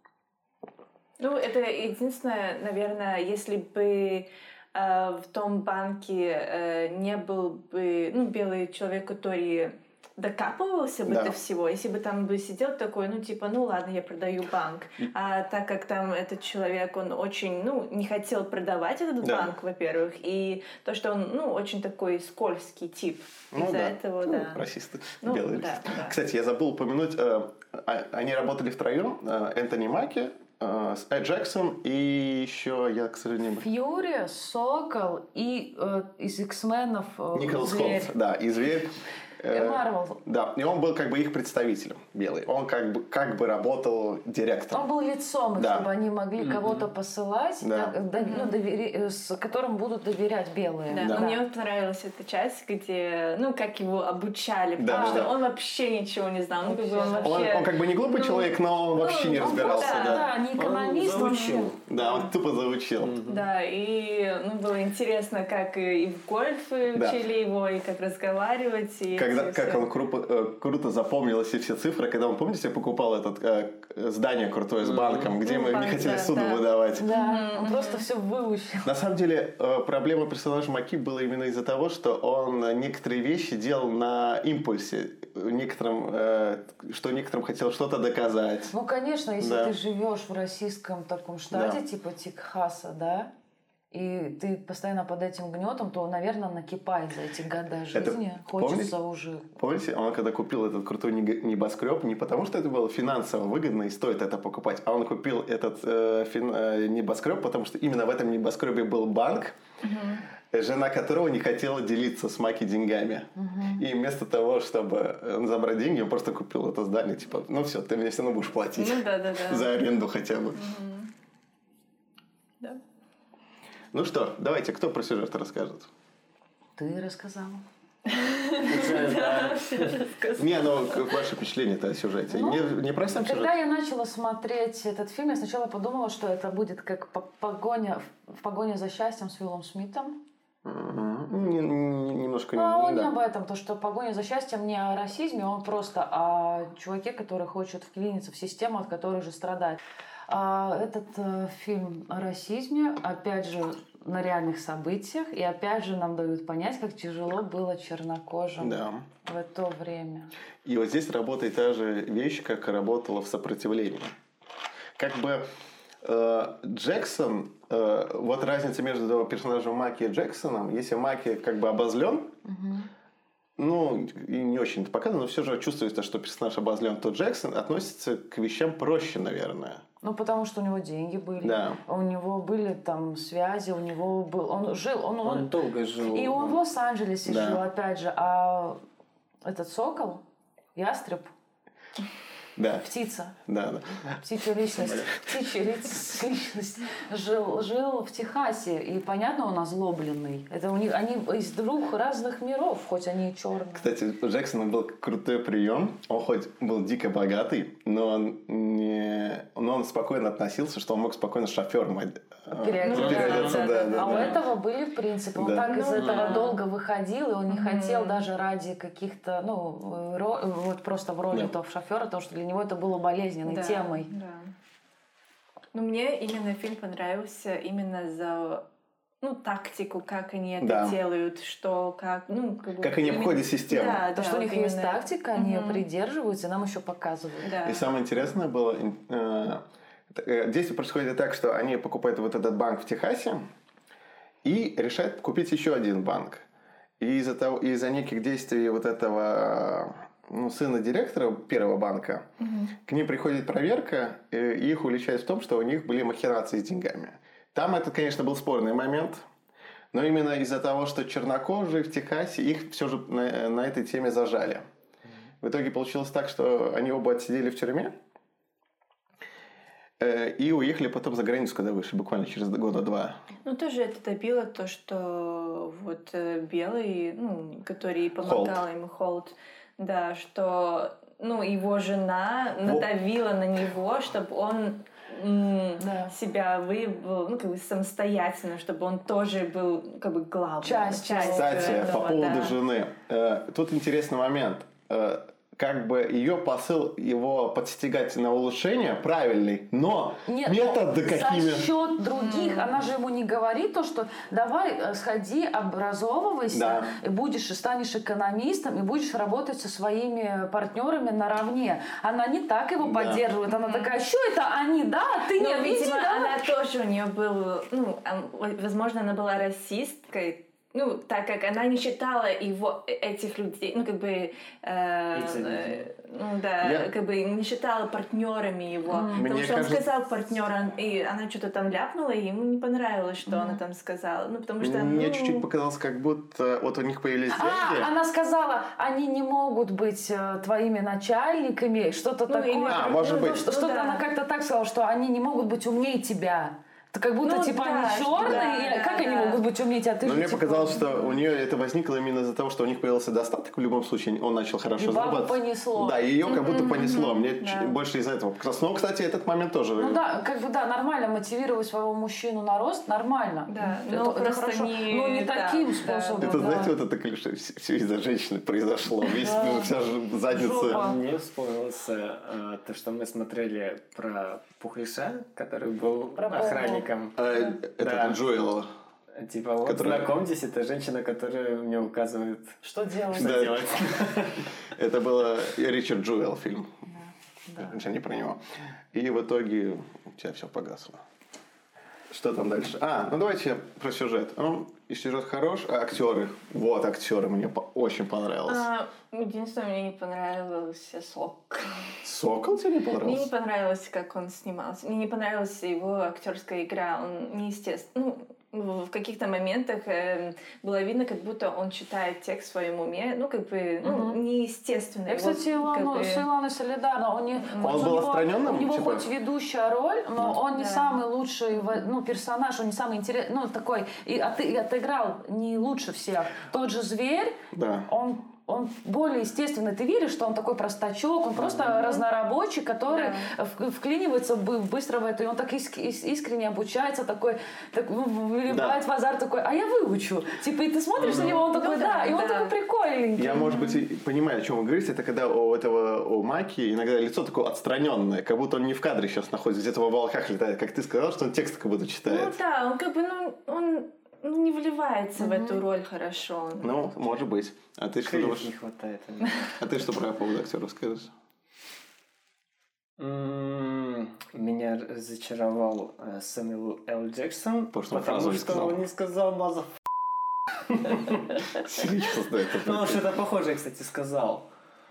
Ну, это единственное, наверное, если бы э, в том банке э, не был бы, ну, белый человек, который докапывался бы Да. до всего, если бы там бы сидел такой, ну, типа, ну, ладно, я продаю банк. А так как там этот человек, он очень, ну, не хотел продавать этот Да. банк, во-первых, и то, что он, ну, очень такой скользкий тип. Ну Из-за да. этого, Ну, да. расисты. Ну, белые да, расисты. да. Кстати, я забыл упомянуть, э, а- они работали втроем. э, Энтони Маки, э, с Эд Джексон и еще, я, к сожалению... Фьюри, Сокол и э, из X-менов э, Николас Зверь. Холт, да, и Зверь. Э, Марвел. Да, и он был как бы их представителем, белый. Он как бы, как бы работал директором. Он был лицом, Да. чтобы они могли кого-то посылать, Да. так, да, ну, довери- э, с которым будут доверять белые. Да, Да. но мне вот понравилась эта часть, где, ну, как его обучали, потому Да, что да. он вообще ничего не знал. Ну, как бы он Вообще. Он, вообще... он как бы не глупый ну, человек, но он вообще не Он разбирался. просто, Да. да, не экономист, Он он заучил. Да, он тупо заучил. Да, и ну, было интересно, как и в гольф Да. учили его, и как разговаривать. И Когда, эти как все. он крупо- э, круто запомнил все, все цифры, когда он, помните, покупал это здание крутое с банком, где Ну, мы не банк, хотели да, суду да. выдавать. Да, он просто все выучил. На самом деле, э, проблема персонажа Маки была именно из-за того, что он некоторые вещи делал на импульсе, некоторым, э, что некоторым хотел что-то доказать. Ну, конечно, если Да. ты живешь в российском таком штате, Да. типа Техаса, да, и ты постоянно под этим гнетом, то, наверное, накипает за эти года Это жизни. помните? Хочется уже. Помните, он когда купил этот крутой нег- небоскреб, не потому что это было финансово выгодно и стоит это покупать, а он купил этот э, фин- э, небоскреб, потому что именно в этом небоскребе был банк, жена которого не хотела делиться с Маки деньгами. И вместо того, чтобы э, забрать деньги, он просто купил это здание, типа, ну все, ты мне все равно будешь платить Ну да, да, да. за аренду хотя бы. Да. Ну что, давайте, кто про сюжет расскажет? Ты рассказала. Уже, да. Не, ну ваше впечатление-то о сюжете. Ну, Не, не про сам сюжет. Когда я начала смотреть этот фильм, я сначала подумала, что это будет как по- погоня, в погоне за счастьем с Уиллом Смитом. Мгм. Не- не- Немножко Ну, а он не... не да. об этом, то, что погоня за счастьем не о расизме, он просто о чуваке, который хочет вклиниться в систему, от которой же страдает. А этот э, фильм о расизме, опять же, на реальных событиях, и опять же нам дают понять, как тяжело было чернокожим Да. в то время. И вот здесь работает та же вещь, как и работала в «Сопротивлении». Как бы э, Джексон, э, вот разница между персонажем Маки и Джексоном, если Маки как бы обозлен, ну, и не очень это показано, но все же чувствуется, что персонаж обозлен, то Джексон относится к вещам проще, наверное. Ну, потому что у него деньги были, Да. у него были там связи, у него был... Он жил, он... он- Он долго жил. и он в Лос-Анджелесе Да. жил, опять же. А этот сокол, ястреб, Да, птица, да, да. птичья личность, птичья лиц- личность жил, жил в Техасе. И, понятно, он озлобленный. Это у них, они из двух разных миров, хоть они и черные. Кстати, у Джексона был крутой прием. Он хоть был дико богатый, но он, не... но он спокойно относился, что он мог спокойно с шофером од- э, Переодеться. переодеться. Да, да, А у да. этого были принципы. Он Да. так из Ну, этого да. долго выходил, и он не хотел даже ради каких-то, ну, ро- вот просто в роли Да. того шофера, потому что для него это было болезненной Да, темой. да. Ну, мне именно фильм понравился именно за ну, тактику, как они это Да. делают, что, как, ну, как бы... Как они именно- обходят систему. Да, То, да, что у вот них есть именно- тактика, они ее Мгм. придерживаются, и нам еще показывают. Да. И самое интересное было, э, э, действие происходит так, что они покупают вот этот банк в Техасе и решают купить еще один банк. И из-за того, из-за неких действий вот этого ну, сына директора первого банка, к ним приходит проверка, э, и их уличают в том, что у них были махинации с деньгами. Там это, конечно, был спорный момент, но именно из-за того, что чернокожие в Техасе, их все же на, на этой теме зажали. В итоге получилось так, что они оба отсидели в тюрьме э, и уехали потом за границу, когда вышли, буквально через года два. Ну, тоже это добило то, что вот э, белый, ну, который помогал ему, Холт, да, что, ну, его жена надавила на него, чтобы он м, Да. себя выявил, ну, как бы самостоятельно, чтобы он тоже был, как бы, главным. Частью. Кстати, этого, по поводу да. жены. Э, тут интересный момент. Э, как бы ее посыл, его подстегать на улучшение правильный, но Нет, методы за какими... счет других. Она же ему не говорит то, что давай э, сходи, образовывайся, Да. и будешь, и станешь экономистом, и будешь работать со своими партнерами наравне. Она не так его Да. поддерживает. Она такая, что это они, да? Ты Ну, не видишь, видимо, да? она тоже у нее был, ну, ам, возможно, она была расисткой, ну, так как она не считала его, э, этих людей, ну, как бы, э, Их за людей. э, ну, да, Я- как бы не считала партнерами его. Потому Мне что кажется- он сказал партнера, и она что-то там ляпнула, и ему не понравилось, что она там сказала. Ну, потому что, Мне ну, чуть-чуть показалось, как будто вот у них появились деньги. А, она сказала, они не могут быть э, твоими начальниками, что-то Ну, такое. или- А, может Ну, быть. что- Что-то Ну, да. она как-то так сказала, что они не могут быть умнее тебя. Это как будто, Ну, типа, да, они черные, да, или да, как они да. могут быть умнее тебя? Ты Но же, мне типа, показалось, что у нее это возникло именно из-за того, что у них появился достаток в любом случае. Он начал хорошо И бабу зарабатывать. понесло. Да, ее как будто понесло. Мне да. чуть больше из-за этого показалось. Но, кстати, этот момент тоже... Ну да, как бы да, нормально мотивировать своего мужчину на рост, нормально. Да, Это- но это просто хорошо. не- Ну не да, таким да. способом. Это, да. знаете, вот это клише, все из-за женщины произошло. Весь, ну, вся же задница... Жопа. Мне вспомнился э, то, что мы смотрели про Пухлиша, который был Про Бога. охранником. Э, Это Да. Джоэл. Типа, вот Которая- знакомьтесь, это женщина, которая мне указывает, Что делать? что Да. делать. Это был Ричард Джуэлл фильм. Да. Раньше не про него. И в итоге у тебя все погасло. Что там дальше? А, ну давайте про сюжет. Ну, и сюжет хорош, а актеры. Вот актеры мне по- очень понравилось. а, единственное, мне не понравился Сок. Сокол тебе не Мне не понравился? понравилось, как он снимался. Мне не понравилась его актерская игра. Он неестественно. Ну, в каких-то моментах э, было видно, как будто он читает текст в своем уме. Ну, как бы, ну, Мгм. неестественно. Я, Его, кстати, как Илону, бы- с Илоной солидарна. Он, не, Он хоть был у него- отстраненным, У него типа? хоть ведущая роль, но он не Да. самый лучший во- ну, персонаж, он не самый интересный. Ну, такой, и, от- и отыграл не лучше всех. Тот же зверь, Да. он он более естественный. Ты веришь, что он такой простачок, он просто mm-hmm. разнорабочий, который yeah. вклинивается быстро в это, и он так иск- искренне обучается, такой, так, выливает yeah. в азарт такой, а я выучу. Типа, и ты смотришь mm-hmm. на него, он такой, ну, да, да, и он да. такой прикольненький. Я, может быть, понимаю, о чем вы говорите, это когда у этого, у Маки иногда лицо такое отстраненное, как будто он не в кадре сейчас находится, где-то в волках летает, как ты сказал, что он текст как будто читает. Ну да, он как бы, ну, он... Ну, не вливается mm-hmm. в эту роль хорошо. Ну, может быть. А ты что думаешь? Не хватает. А ты что про поводу актера скажешь? Меня разочаровал Сэмюэл Л. Джексон, потому, потому что он не сказал маза. Серьезно, это Ну, что-то похожее, кстати, сказал.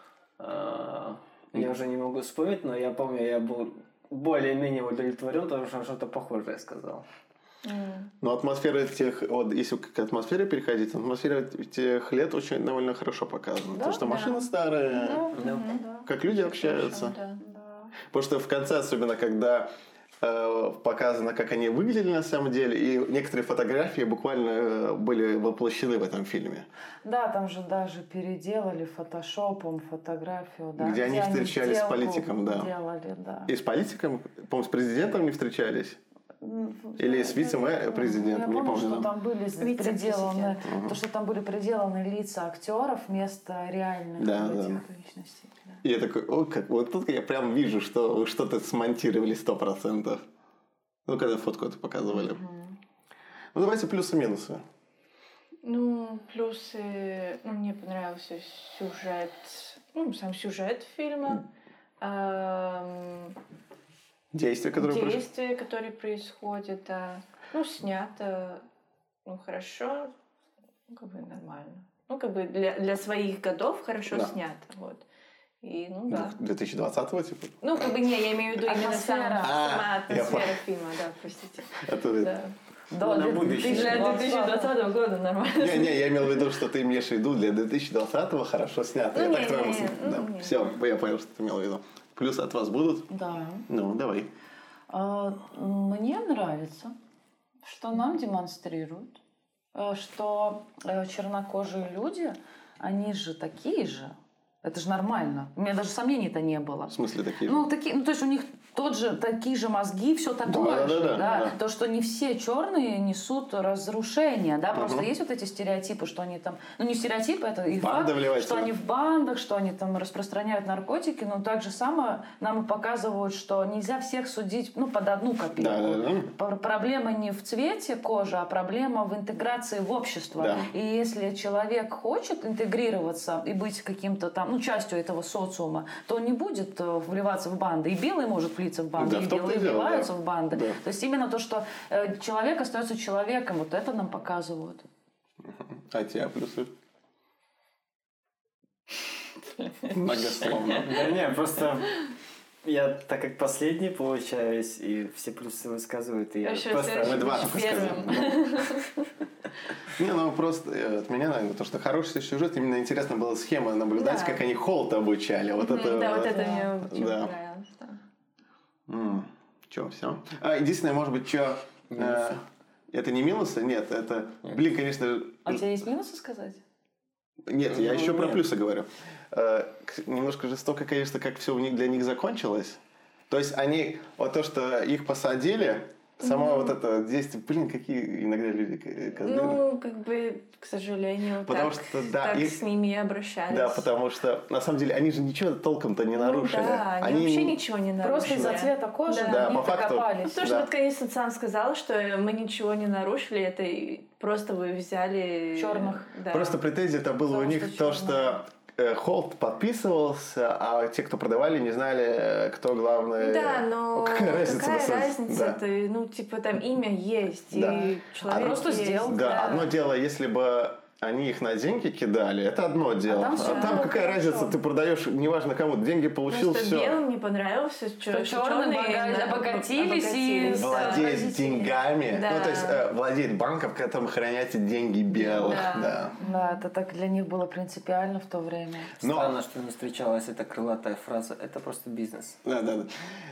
Я уже не могу вспомнить, но я помню, я был более-менее удовлетворен, потому что он что-то похожее сказал. Mm. Но атмосфера тех, вот если к атмосфере переходить, атмосфера тех лет очень довольно хорошо показана. Да, То, что да. машины старые, да, да. Да. как люди общаются. Да. Да. Потому что в конце, особенно когда э, показано, как они выглядели на самом деле, и некоторые фотографии буквально были воплощены в этом фильме. Да, там же даже переделали фотошопом фотографию. Да, где, где они встречались с политиком, да. Делали, да. И с политиком, по-моему, с президентом не встречались. Или с вице-президентом, не помню. Я помню, что там были приделаны, uh-huh. то, что там были приделаны лица актеров вместо реальных да, этих да. личностей. Да. И я такой, о, как, вот тут я прям вижу, что вы что-то смонтировали сто процентов. Ну, когда фотку это показывали. Uh-huh. Ну, давайте плюсы-минусы. Ну, плюсы... Ну, мне понравился сюжет, ну, сам сюжет фильма. Mm. Действия, которые Действия, происходят. которые происходят, да. Ну, снято, ну, хорошо, ну, как бы нормально. Ну, как бы для, для своих годов хорошо да. снято, вот. И, ну, да. две тысячи двадцатого, типа? Ну, как бы, не, я имею в виду именно сама, а, сама атмосфера фильма, да, простите. Это да. Да, на будущее. Для две тысячи двадцатого года нормально. Не-не, я имел в виду, что ты имеешь в виду для две тысячи двадцатого хорошо снято. Ну, я не, так твою не, мысль. ну, Да. не. Все, я понял, что ты имел в виду. Плюсы от вас будут? Да. Ну, давай. А, мне нравится, что нам демонстрируют, что чернокожие люди, они же такие же. Это же нормально. У меня даже сомнений-то не было. В смысле такие ну, же? такие, ну, то есть у них тот же, такие же мозги, все такое да, же. Да, да, да? да. То, что не все черные несут разрушения. Да? Просто угу. есть вот эти стереотипы, что они там... Ну, не стереотипы, это их факт, что они в бандах, что они там распространяют наркотики. Но так же самое нам и показывают, что нельзя всех судить ну, под одну копейку. Да, да, да. Проблема не в цвете кожи, а проблема в интеграции в общество. Да. И если человек хочет интегрироваться и быть каким-то там, ну, частью этого социума, то он не будет вливаться в банды. И белый может влиться в банды, да, и белые вливаются да. в банды. Да. То есть именно то, что э, человек остается человеком, вот это нам показывают. А тебя плюсы? Многословно. Да не, просто я так как последний получаюсь, и все плюсы высказывают, и я просто... Мы два высказываем. Не, ну просто от меня, наверное, то, что хороший сюжет, именно интересно было схема наблюдать, да. как они Холт обучали. Вот mm-hmm, это, да, вот вот это мне очень да. понравилось. Да. Mm. Че, все? А, единственное, может быть, что... Э, это не минусы? Нет, это... Нет. Блин, конечно... А у тебя есть минусы сказать? Нет, я ну, еще нет. про плюсы говорю. Э, немножко жестоко, конечно, как все у них для них закончилось. То есть они... Вот то, что их посадили... Само mm-hmm. вот это действие, блин, какие иногда люди козлы. Ну, как бы, к сожалению, потому так, что, да, так их... с ними и обращались. Да, потому что, на самом деле, они же ничего толком-то не нарушили. Ну, да, они, они вообще ничего не нарушили. Просто из-за цвета кожи да. Да, они по факту. покопались. Ну, то, что да. вот Каниса сам сказал, что мы ничего не нарушили, это просто вы взяли... Черных. Да. Просто претензия-то была у них что то, что Холт подписывался, а те, кто продавали, не знали, кто главный. Да, но какая разница? Какая разница? Да. Ты, ну, типа, там имя есть, Да. и человек а просто есть. сделал. Да, Да, одно дело, если бы они их на деньги кидали, это одно дело. А там, а там какая хорошо. разница, ты продаешь, неважно кому, деньги получил, Просто все. белым не понравился, что, Что черные обогатились и да. Владеет деньгами. Да. Ну, то есть э, владеет банком, в котором храняете деньги белых. Да. Да. Да, это так для них было принципиально в то время. Но... Странно, что не встречалась эта крылатая фраза. Это просто бизнес. Да, да, да.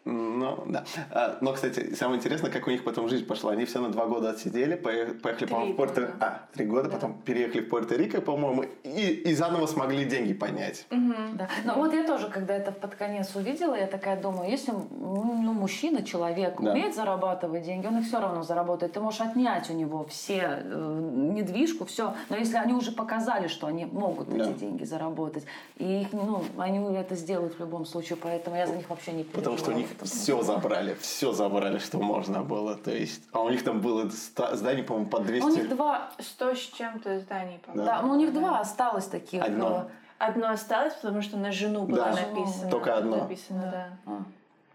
Ну, да. А, но, кстати, самое интересное, как у них потом жизнь пошла. Они все на два года отсидели, поехали, поехали по-моему, в Пуэрто... А, три года, да. Потом переехали в Пуэрто-Рико, по-моему, и, и заново смогли деньги поднять. Угу. Да. Ну, вот я тоже, когда это под конец увидела, я такая думаю, если ну, мужчина, человек да. умеет зарабатывать деньги, он их все равно заработает. Ты можешь отнять у него все э, недвижку, все. Но если они уже показали, что они могут да. эти деньги заработать, и их, ну, они это сделают в любом случае, поэтому я за них вообще не переживаю. Потому что у них все забрали, все забрали, что можно было. То есть, а у них там было здание, по-моему, по двести. У них два, сто с чем-то зданий, по-моему. Да, но у них два осталось таких. Одно. Одно осталось, потому что на жену было да. написано. Только одно. Написано, да. А.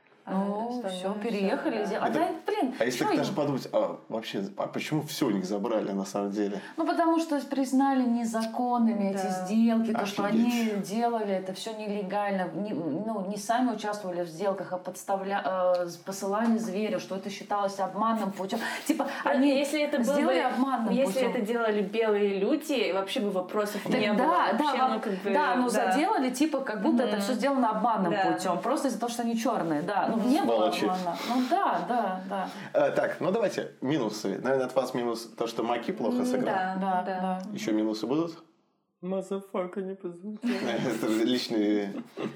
Ну, все, переехали. Все, да. А, да, блин, а если даже подумать, а вообще, а почему все у них забрали на самом деле? Ну, потому что признали незаконными да. эти сделки, то, Офигеть. Что они делали, это все нелегально. Не, ну, не сами участвовали в сделках, а подставля... э, посылали зверя, что это считалось обманным путем. Типа, они если это сделали бы, обманным если путем. это делали белые люди, вообще бы вопросов так не да, было. Да, вообще, да, ну, как бы, да, но да. заделали, типа, как будто mm-hmm. это все сделано обманным да. путем. Просто из-за того, что они черные, да. Ну, не было обмана. Ну да, да, да. А, так, ну давайте минусы. Наверное, от вас минус то, что Маки плохо сыграл. Да, да, да. да. Еще минусы будут? Мазафака не позвучало. Это личные...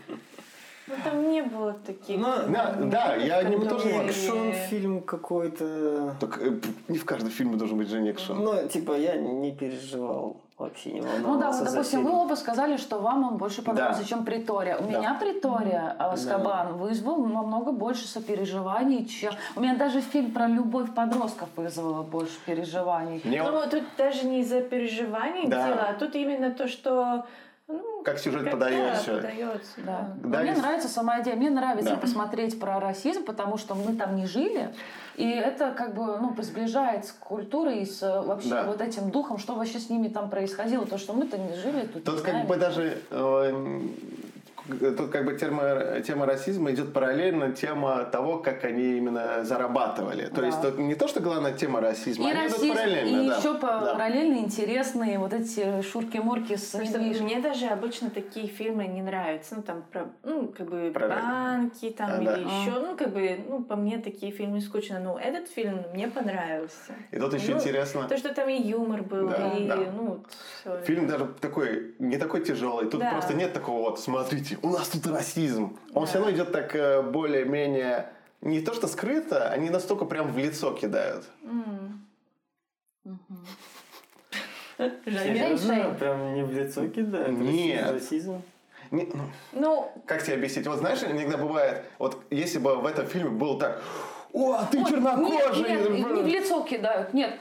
Ну там не было таких. Ну, да, да, я не тоже не экшон фильм какой-то. Так не в каждом фильме должен быть же не экшон. Ну, типа, я не переживал. Вообще не волновался. Ну да, вот, допустим, фильм. вы оба сказали, что вам он больше понравился, да. чем Притория. У да. меня Притория, Азкабан, да. вызвал намного больше сопереживаний, чем... У меня даже фильм про любовь подростков вызвало больше переживаний. Мне... Ну, тут даже не из-за переживаний да. дело, а тут именно то, что... Ну, как сюжет как, подается. Да, подается да. Да. Да, мне есть... нравится сама идея. Мне нравится да. посмотреть про расизм, потому что мы там не жили. И это как бы ну, сближает с культурой и с вообще да. вот этим духом, что вообще с ними там происходило. То, что мы-то не жили, тут Тут не как знаем. бы даже... Э, тут как бы тема, тема расизма идет параллельно тема того, как они именно зарабатывали. То да. есть тут не то, что главная тема расизма, и они расизм, идут параллельно. И да. еще да. параллельно интересные вот эти шурки-мурки с недвижимостью. Мне даже обычно такие фильмы не нравятся. Ну, там, про, ну, как бы про... банки там, а, или да. еще. Ну, как бы, ну, по мне такие фильмы скучно. Но этот фильм мне понравился. И тут еще ну, интересно... То, что там и юмор был, да, и, да. ну, все. Фильм даже такой, не такой тяжелый. Тут да. просто нет такого вот, смотрите, у нас тут расизм. Он да. все равно идет так более-менее... Не то, что скрыто, они настолько прям в лицо кидают. Серьезно? Прям не в лицо кидают? Нет. Расизм? Не, ну, ну, как тебе объяснить? Вот знаешь, иногда бывает, вот если бы в этом фильме был так, о, ты вот, чернокожий! Нет, нет, не в лицо кидают, нет.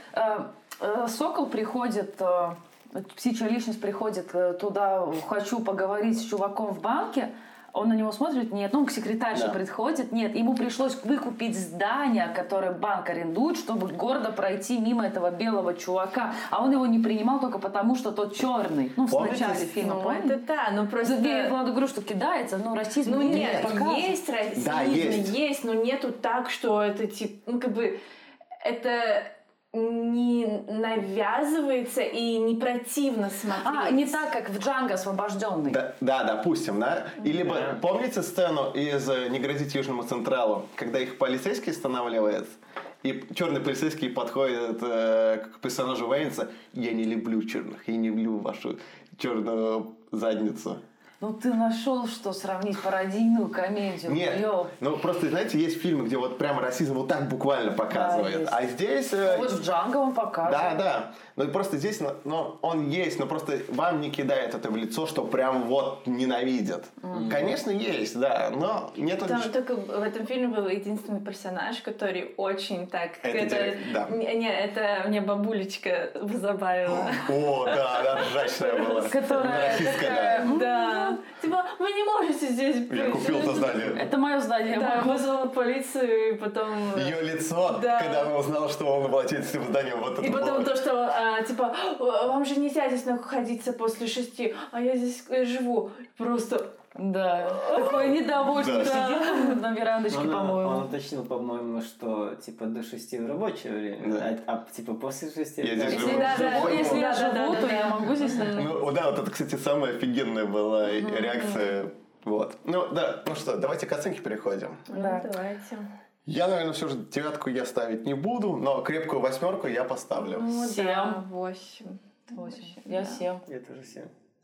Сокол приходит, птичья личность приходит туда, хочу поговорить с чуваком в банке, он на него смотрит, нет, ну, к секретарше да. приходит, нет, ему пришлось выкупить здание, которое банк арендует, чтобы гордо пройти мимо этого белого чувака, а он его не принимал только потому, что тот черный, ну, в помните? начале фильма, ну, помните? это да, ну, просто... Я говорю, что кидается, но расизм ну, не нет, показывает. есть расизм, да, есть. есть, но нету так, что это, типа, ну, как бы, это... не навязывается и не противно смотреть. А, не так, как в «Джанго освобожденный». Да, да, допустим, да? И либо Да. помните сцену из «Не грозить Южному Централу», когда их полицейский останавливает, и черный полицейский подходит э, к персонажу Вейнса: «Я не люблю черных, я не люблю вашу черную задницу». Ну ты нашел, что сравнить пародийную комедию. Нет, Ёп. ну просто, знаете, есть фильмы, где вот прям расизм вот так буквально показывает. Да, а здесь... Э, вот в «Джанго» он показывает. Да, да. Ну просто здесь, ну, он есть, но просто вам не кидает это в лицо, что прям вот ненавидят. Mm-hmm. Конечно, есть, да, но нет... Там только в этом фильме был единственный персонаж, который очень так... Это, это директ, да. не, не, это мне бабулечка позабавила. О, да, да, ржачная была. Которая такая... Да. Типа, вы не можете здесь быть. Я купил это здание. Это мое здание. Да, вызвала полицию, и потом... Ее лицо, да. когда она узнала, что он владелец этого здания, вот это И потом было. то, что, а, типа, вам же нельзя здесь находиться после шести, а я здесь живу. Просто... Да, такое недовольство. Да. Сидит там на верандочке, Он, по-моему. он уточнил, по-моему, что типа до шести в рабочее время, Да. а, а типа после шести... Я здесь Если, живу. да, да, Живу. если я Да, живу, да, да, то да. я могу здесь... Ну, да, вот это, кстати, самая офигенная была реакция Вот. Ну, да, ну что, давайте к оценке переходим. Ну, Да. давайте. Я, наверное, все же девятку я ставить не буду, но крепкую восьмерку я поставлю. Ну, Семь. да, восемь. Восемь. Я семь. Я тоже семь.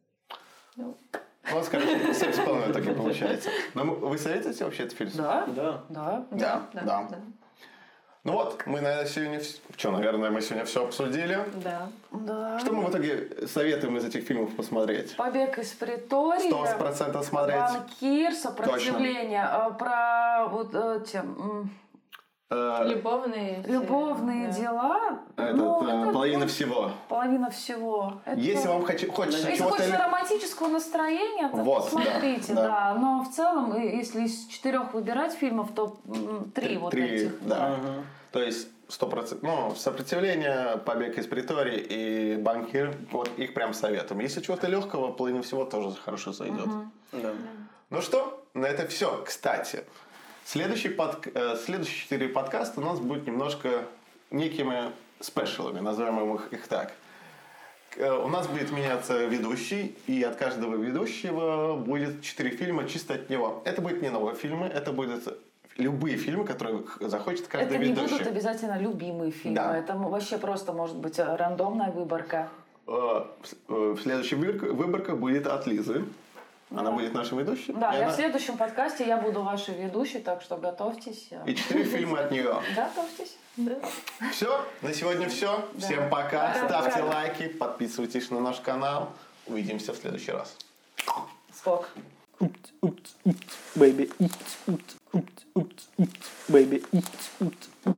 У вас, короче, семь с половиной так и получается. Но мы- вы советуете вообще этот фильм? Да? Да. Да. Да, да. Ну вот, мы, наверное, сегодня... Что, наверное, мы сегодня все обсудили. Да. Да. Что мы в итоге советуем из этих фильмов посмотреть? Побег из притории. Сто процентов смотреть. Банкир, сопротивление. А, Про вот эти м, Э, Любовные. все, любовные да. дела. Этот, Ну, э, это половина всего. половина всего. Это- Если вам хоч- хочется Если чего-то... хочется романтического настроения, то Вот, посмотрите, да, да, да. Но в целом, и- если из четырех выбирать фильмов, то м, три, Три- вот три, этих. да. Ага. То есть сто процентов, ну, сопротивление, побег из притории и банкир, вот их прям советуем. Если чего-то легкого, половина всего тоже хорошо зайдет. Да. Ну что, на это все. Кстати, следующий под, э, следующие четыре подкаста у нас будет немножко некими спешалами, назовем их, их так. Э, У нас будет меняться ведущий, и от каждого ведущего будет четыре фильма чисто от него. Это будут не новые фильмы, это будут любые фильмы, которые захочет каждый Это не ведущий. будут обязательно любимые фильмы. Да. Это м- вообще просто может быть э, рандомная выборка. Э, э, Следующая выборка, выборка будет от Лизы. Она будет нашим ведущим. Да, и, я она- в следующем подкасте я буду вашей ведущей, так что готовьтесь. и четыре фильма от нее. Готовьтесь. Все, на сегодня все. Всем пока. Пока. Ставьте лайки, подписывайтесь на наш канал. Увидимся в следующий раз. Скок. Baby, eat, oot, oot, oot, oot, baby, eat, oot, oot.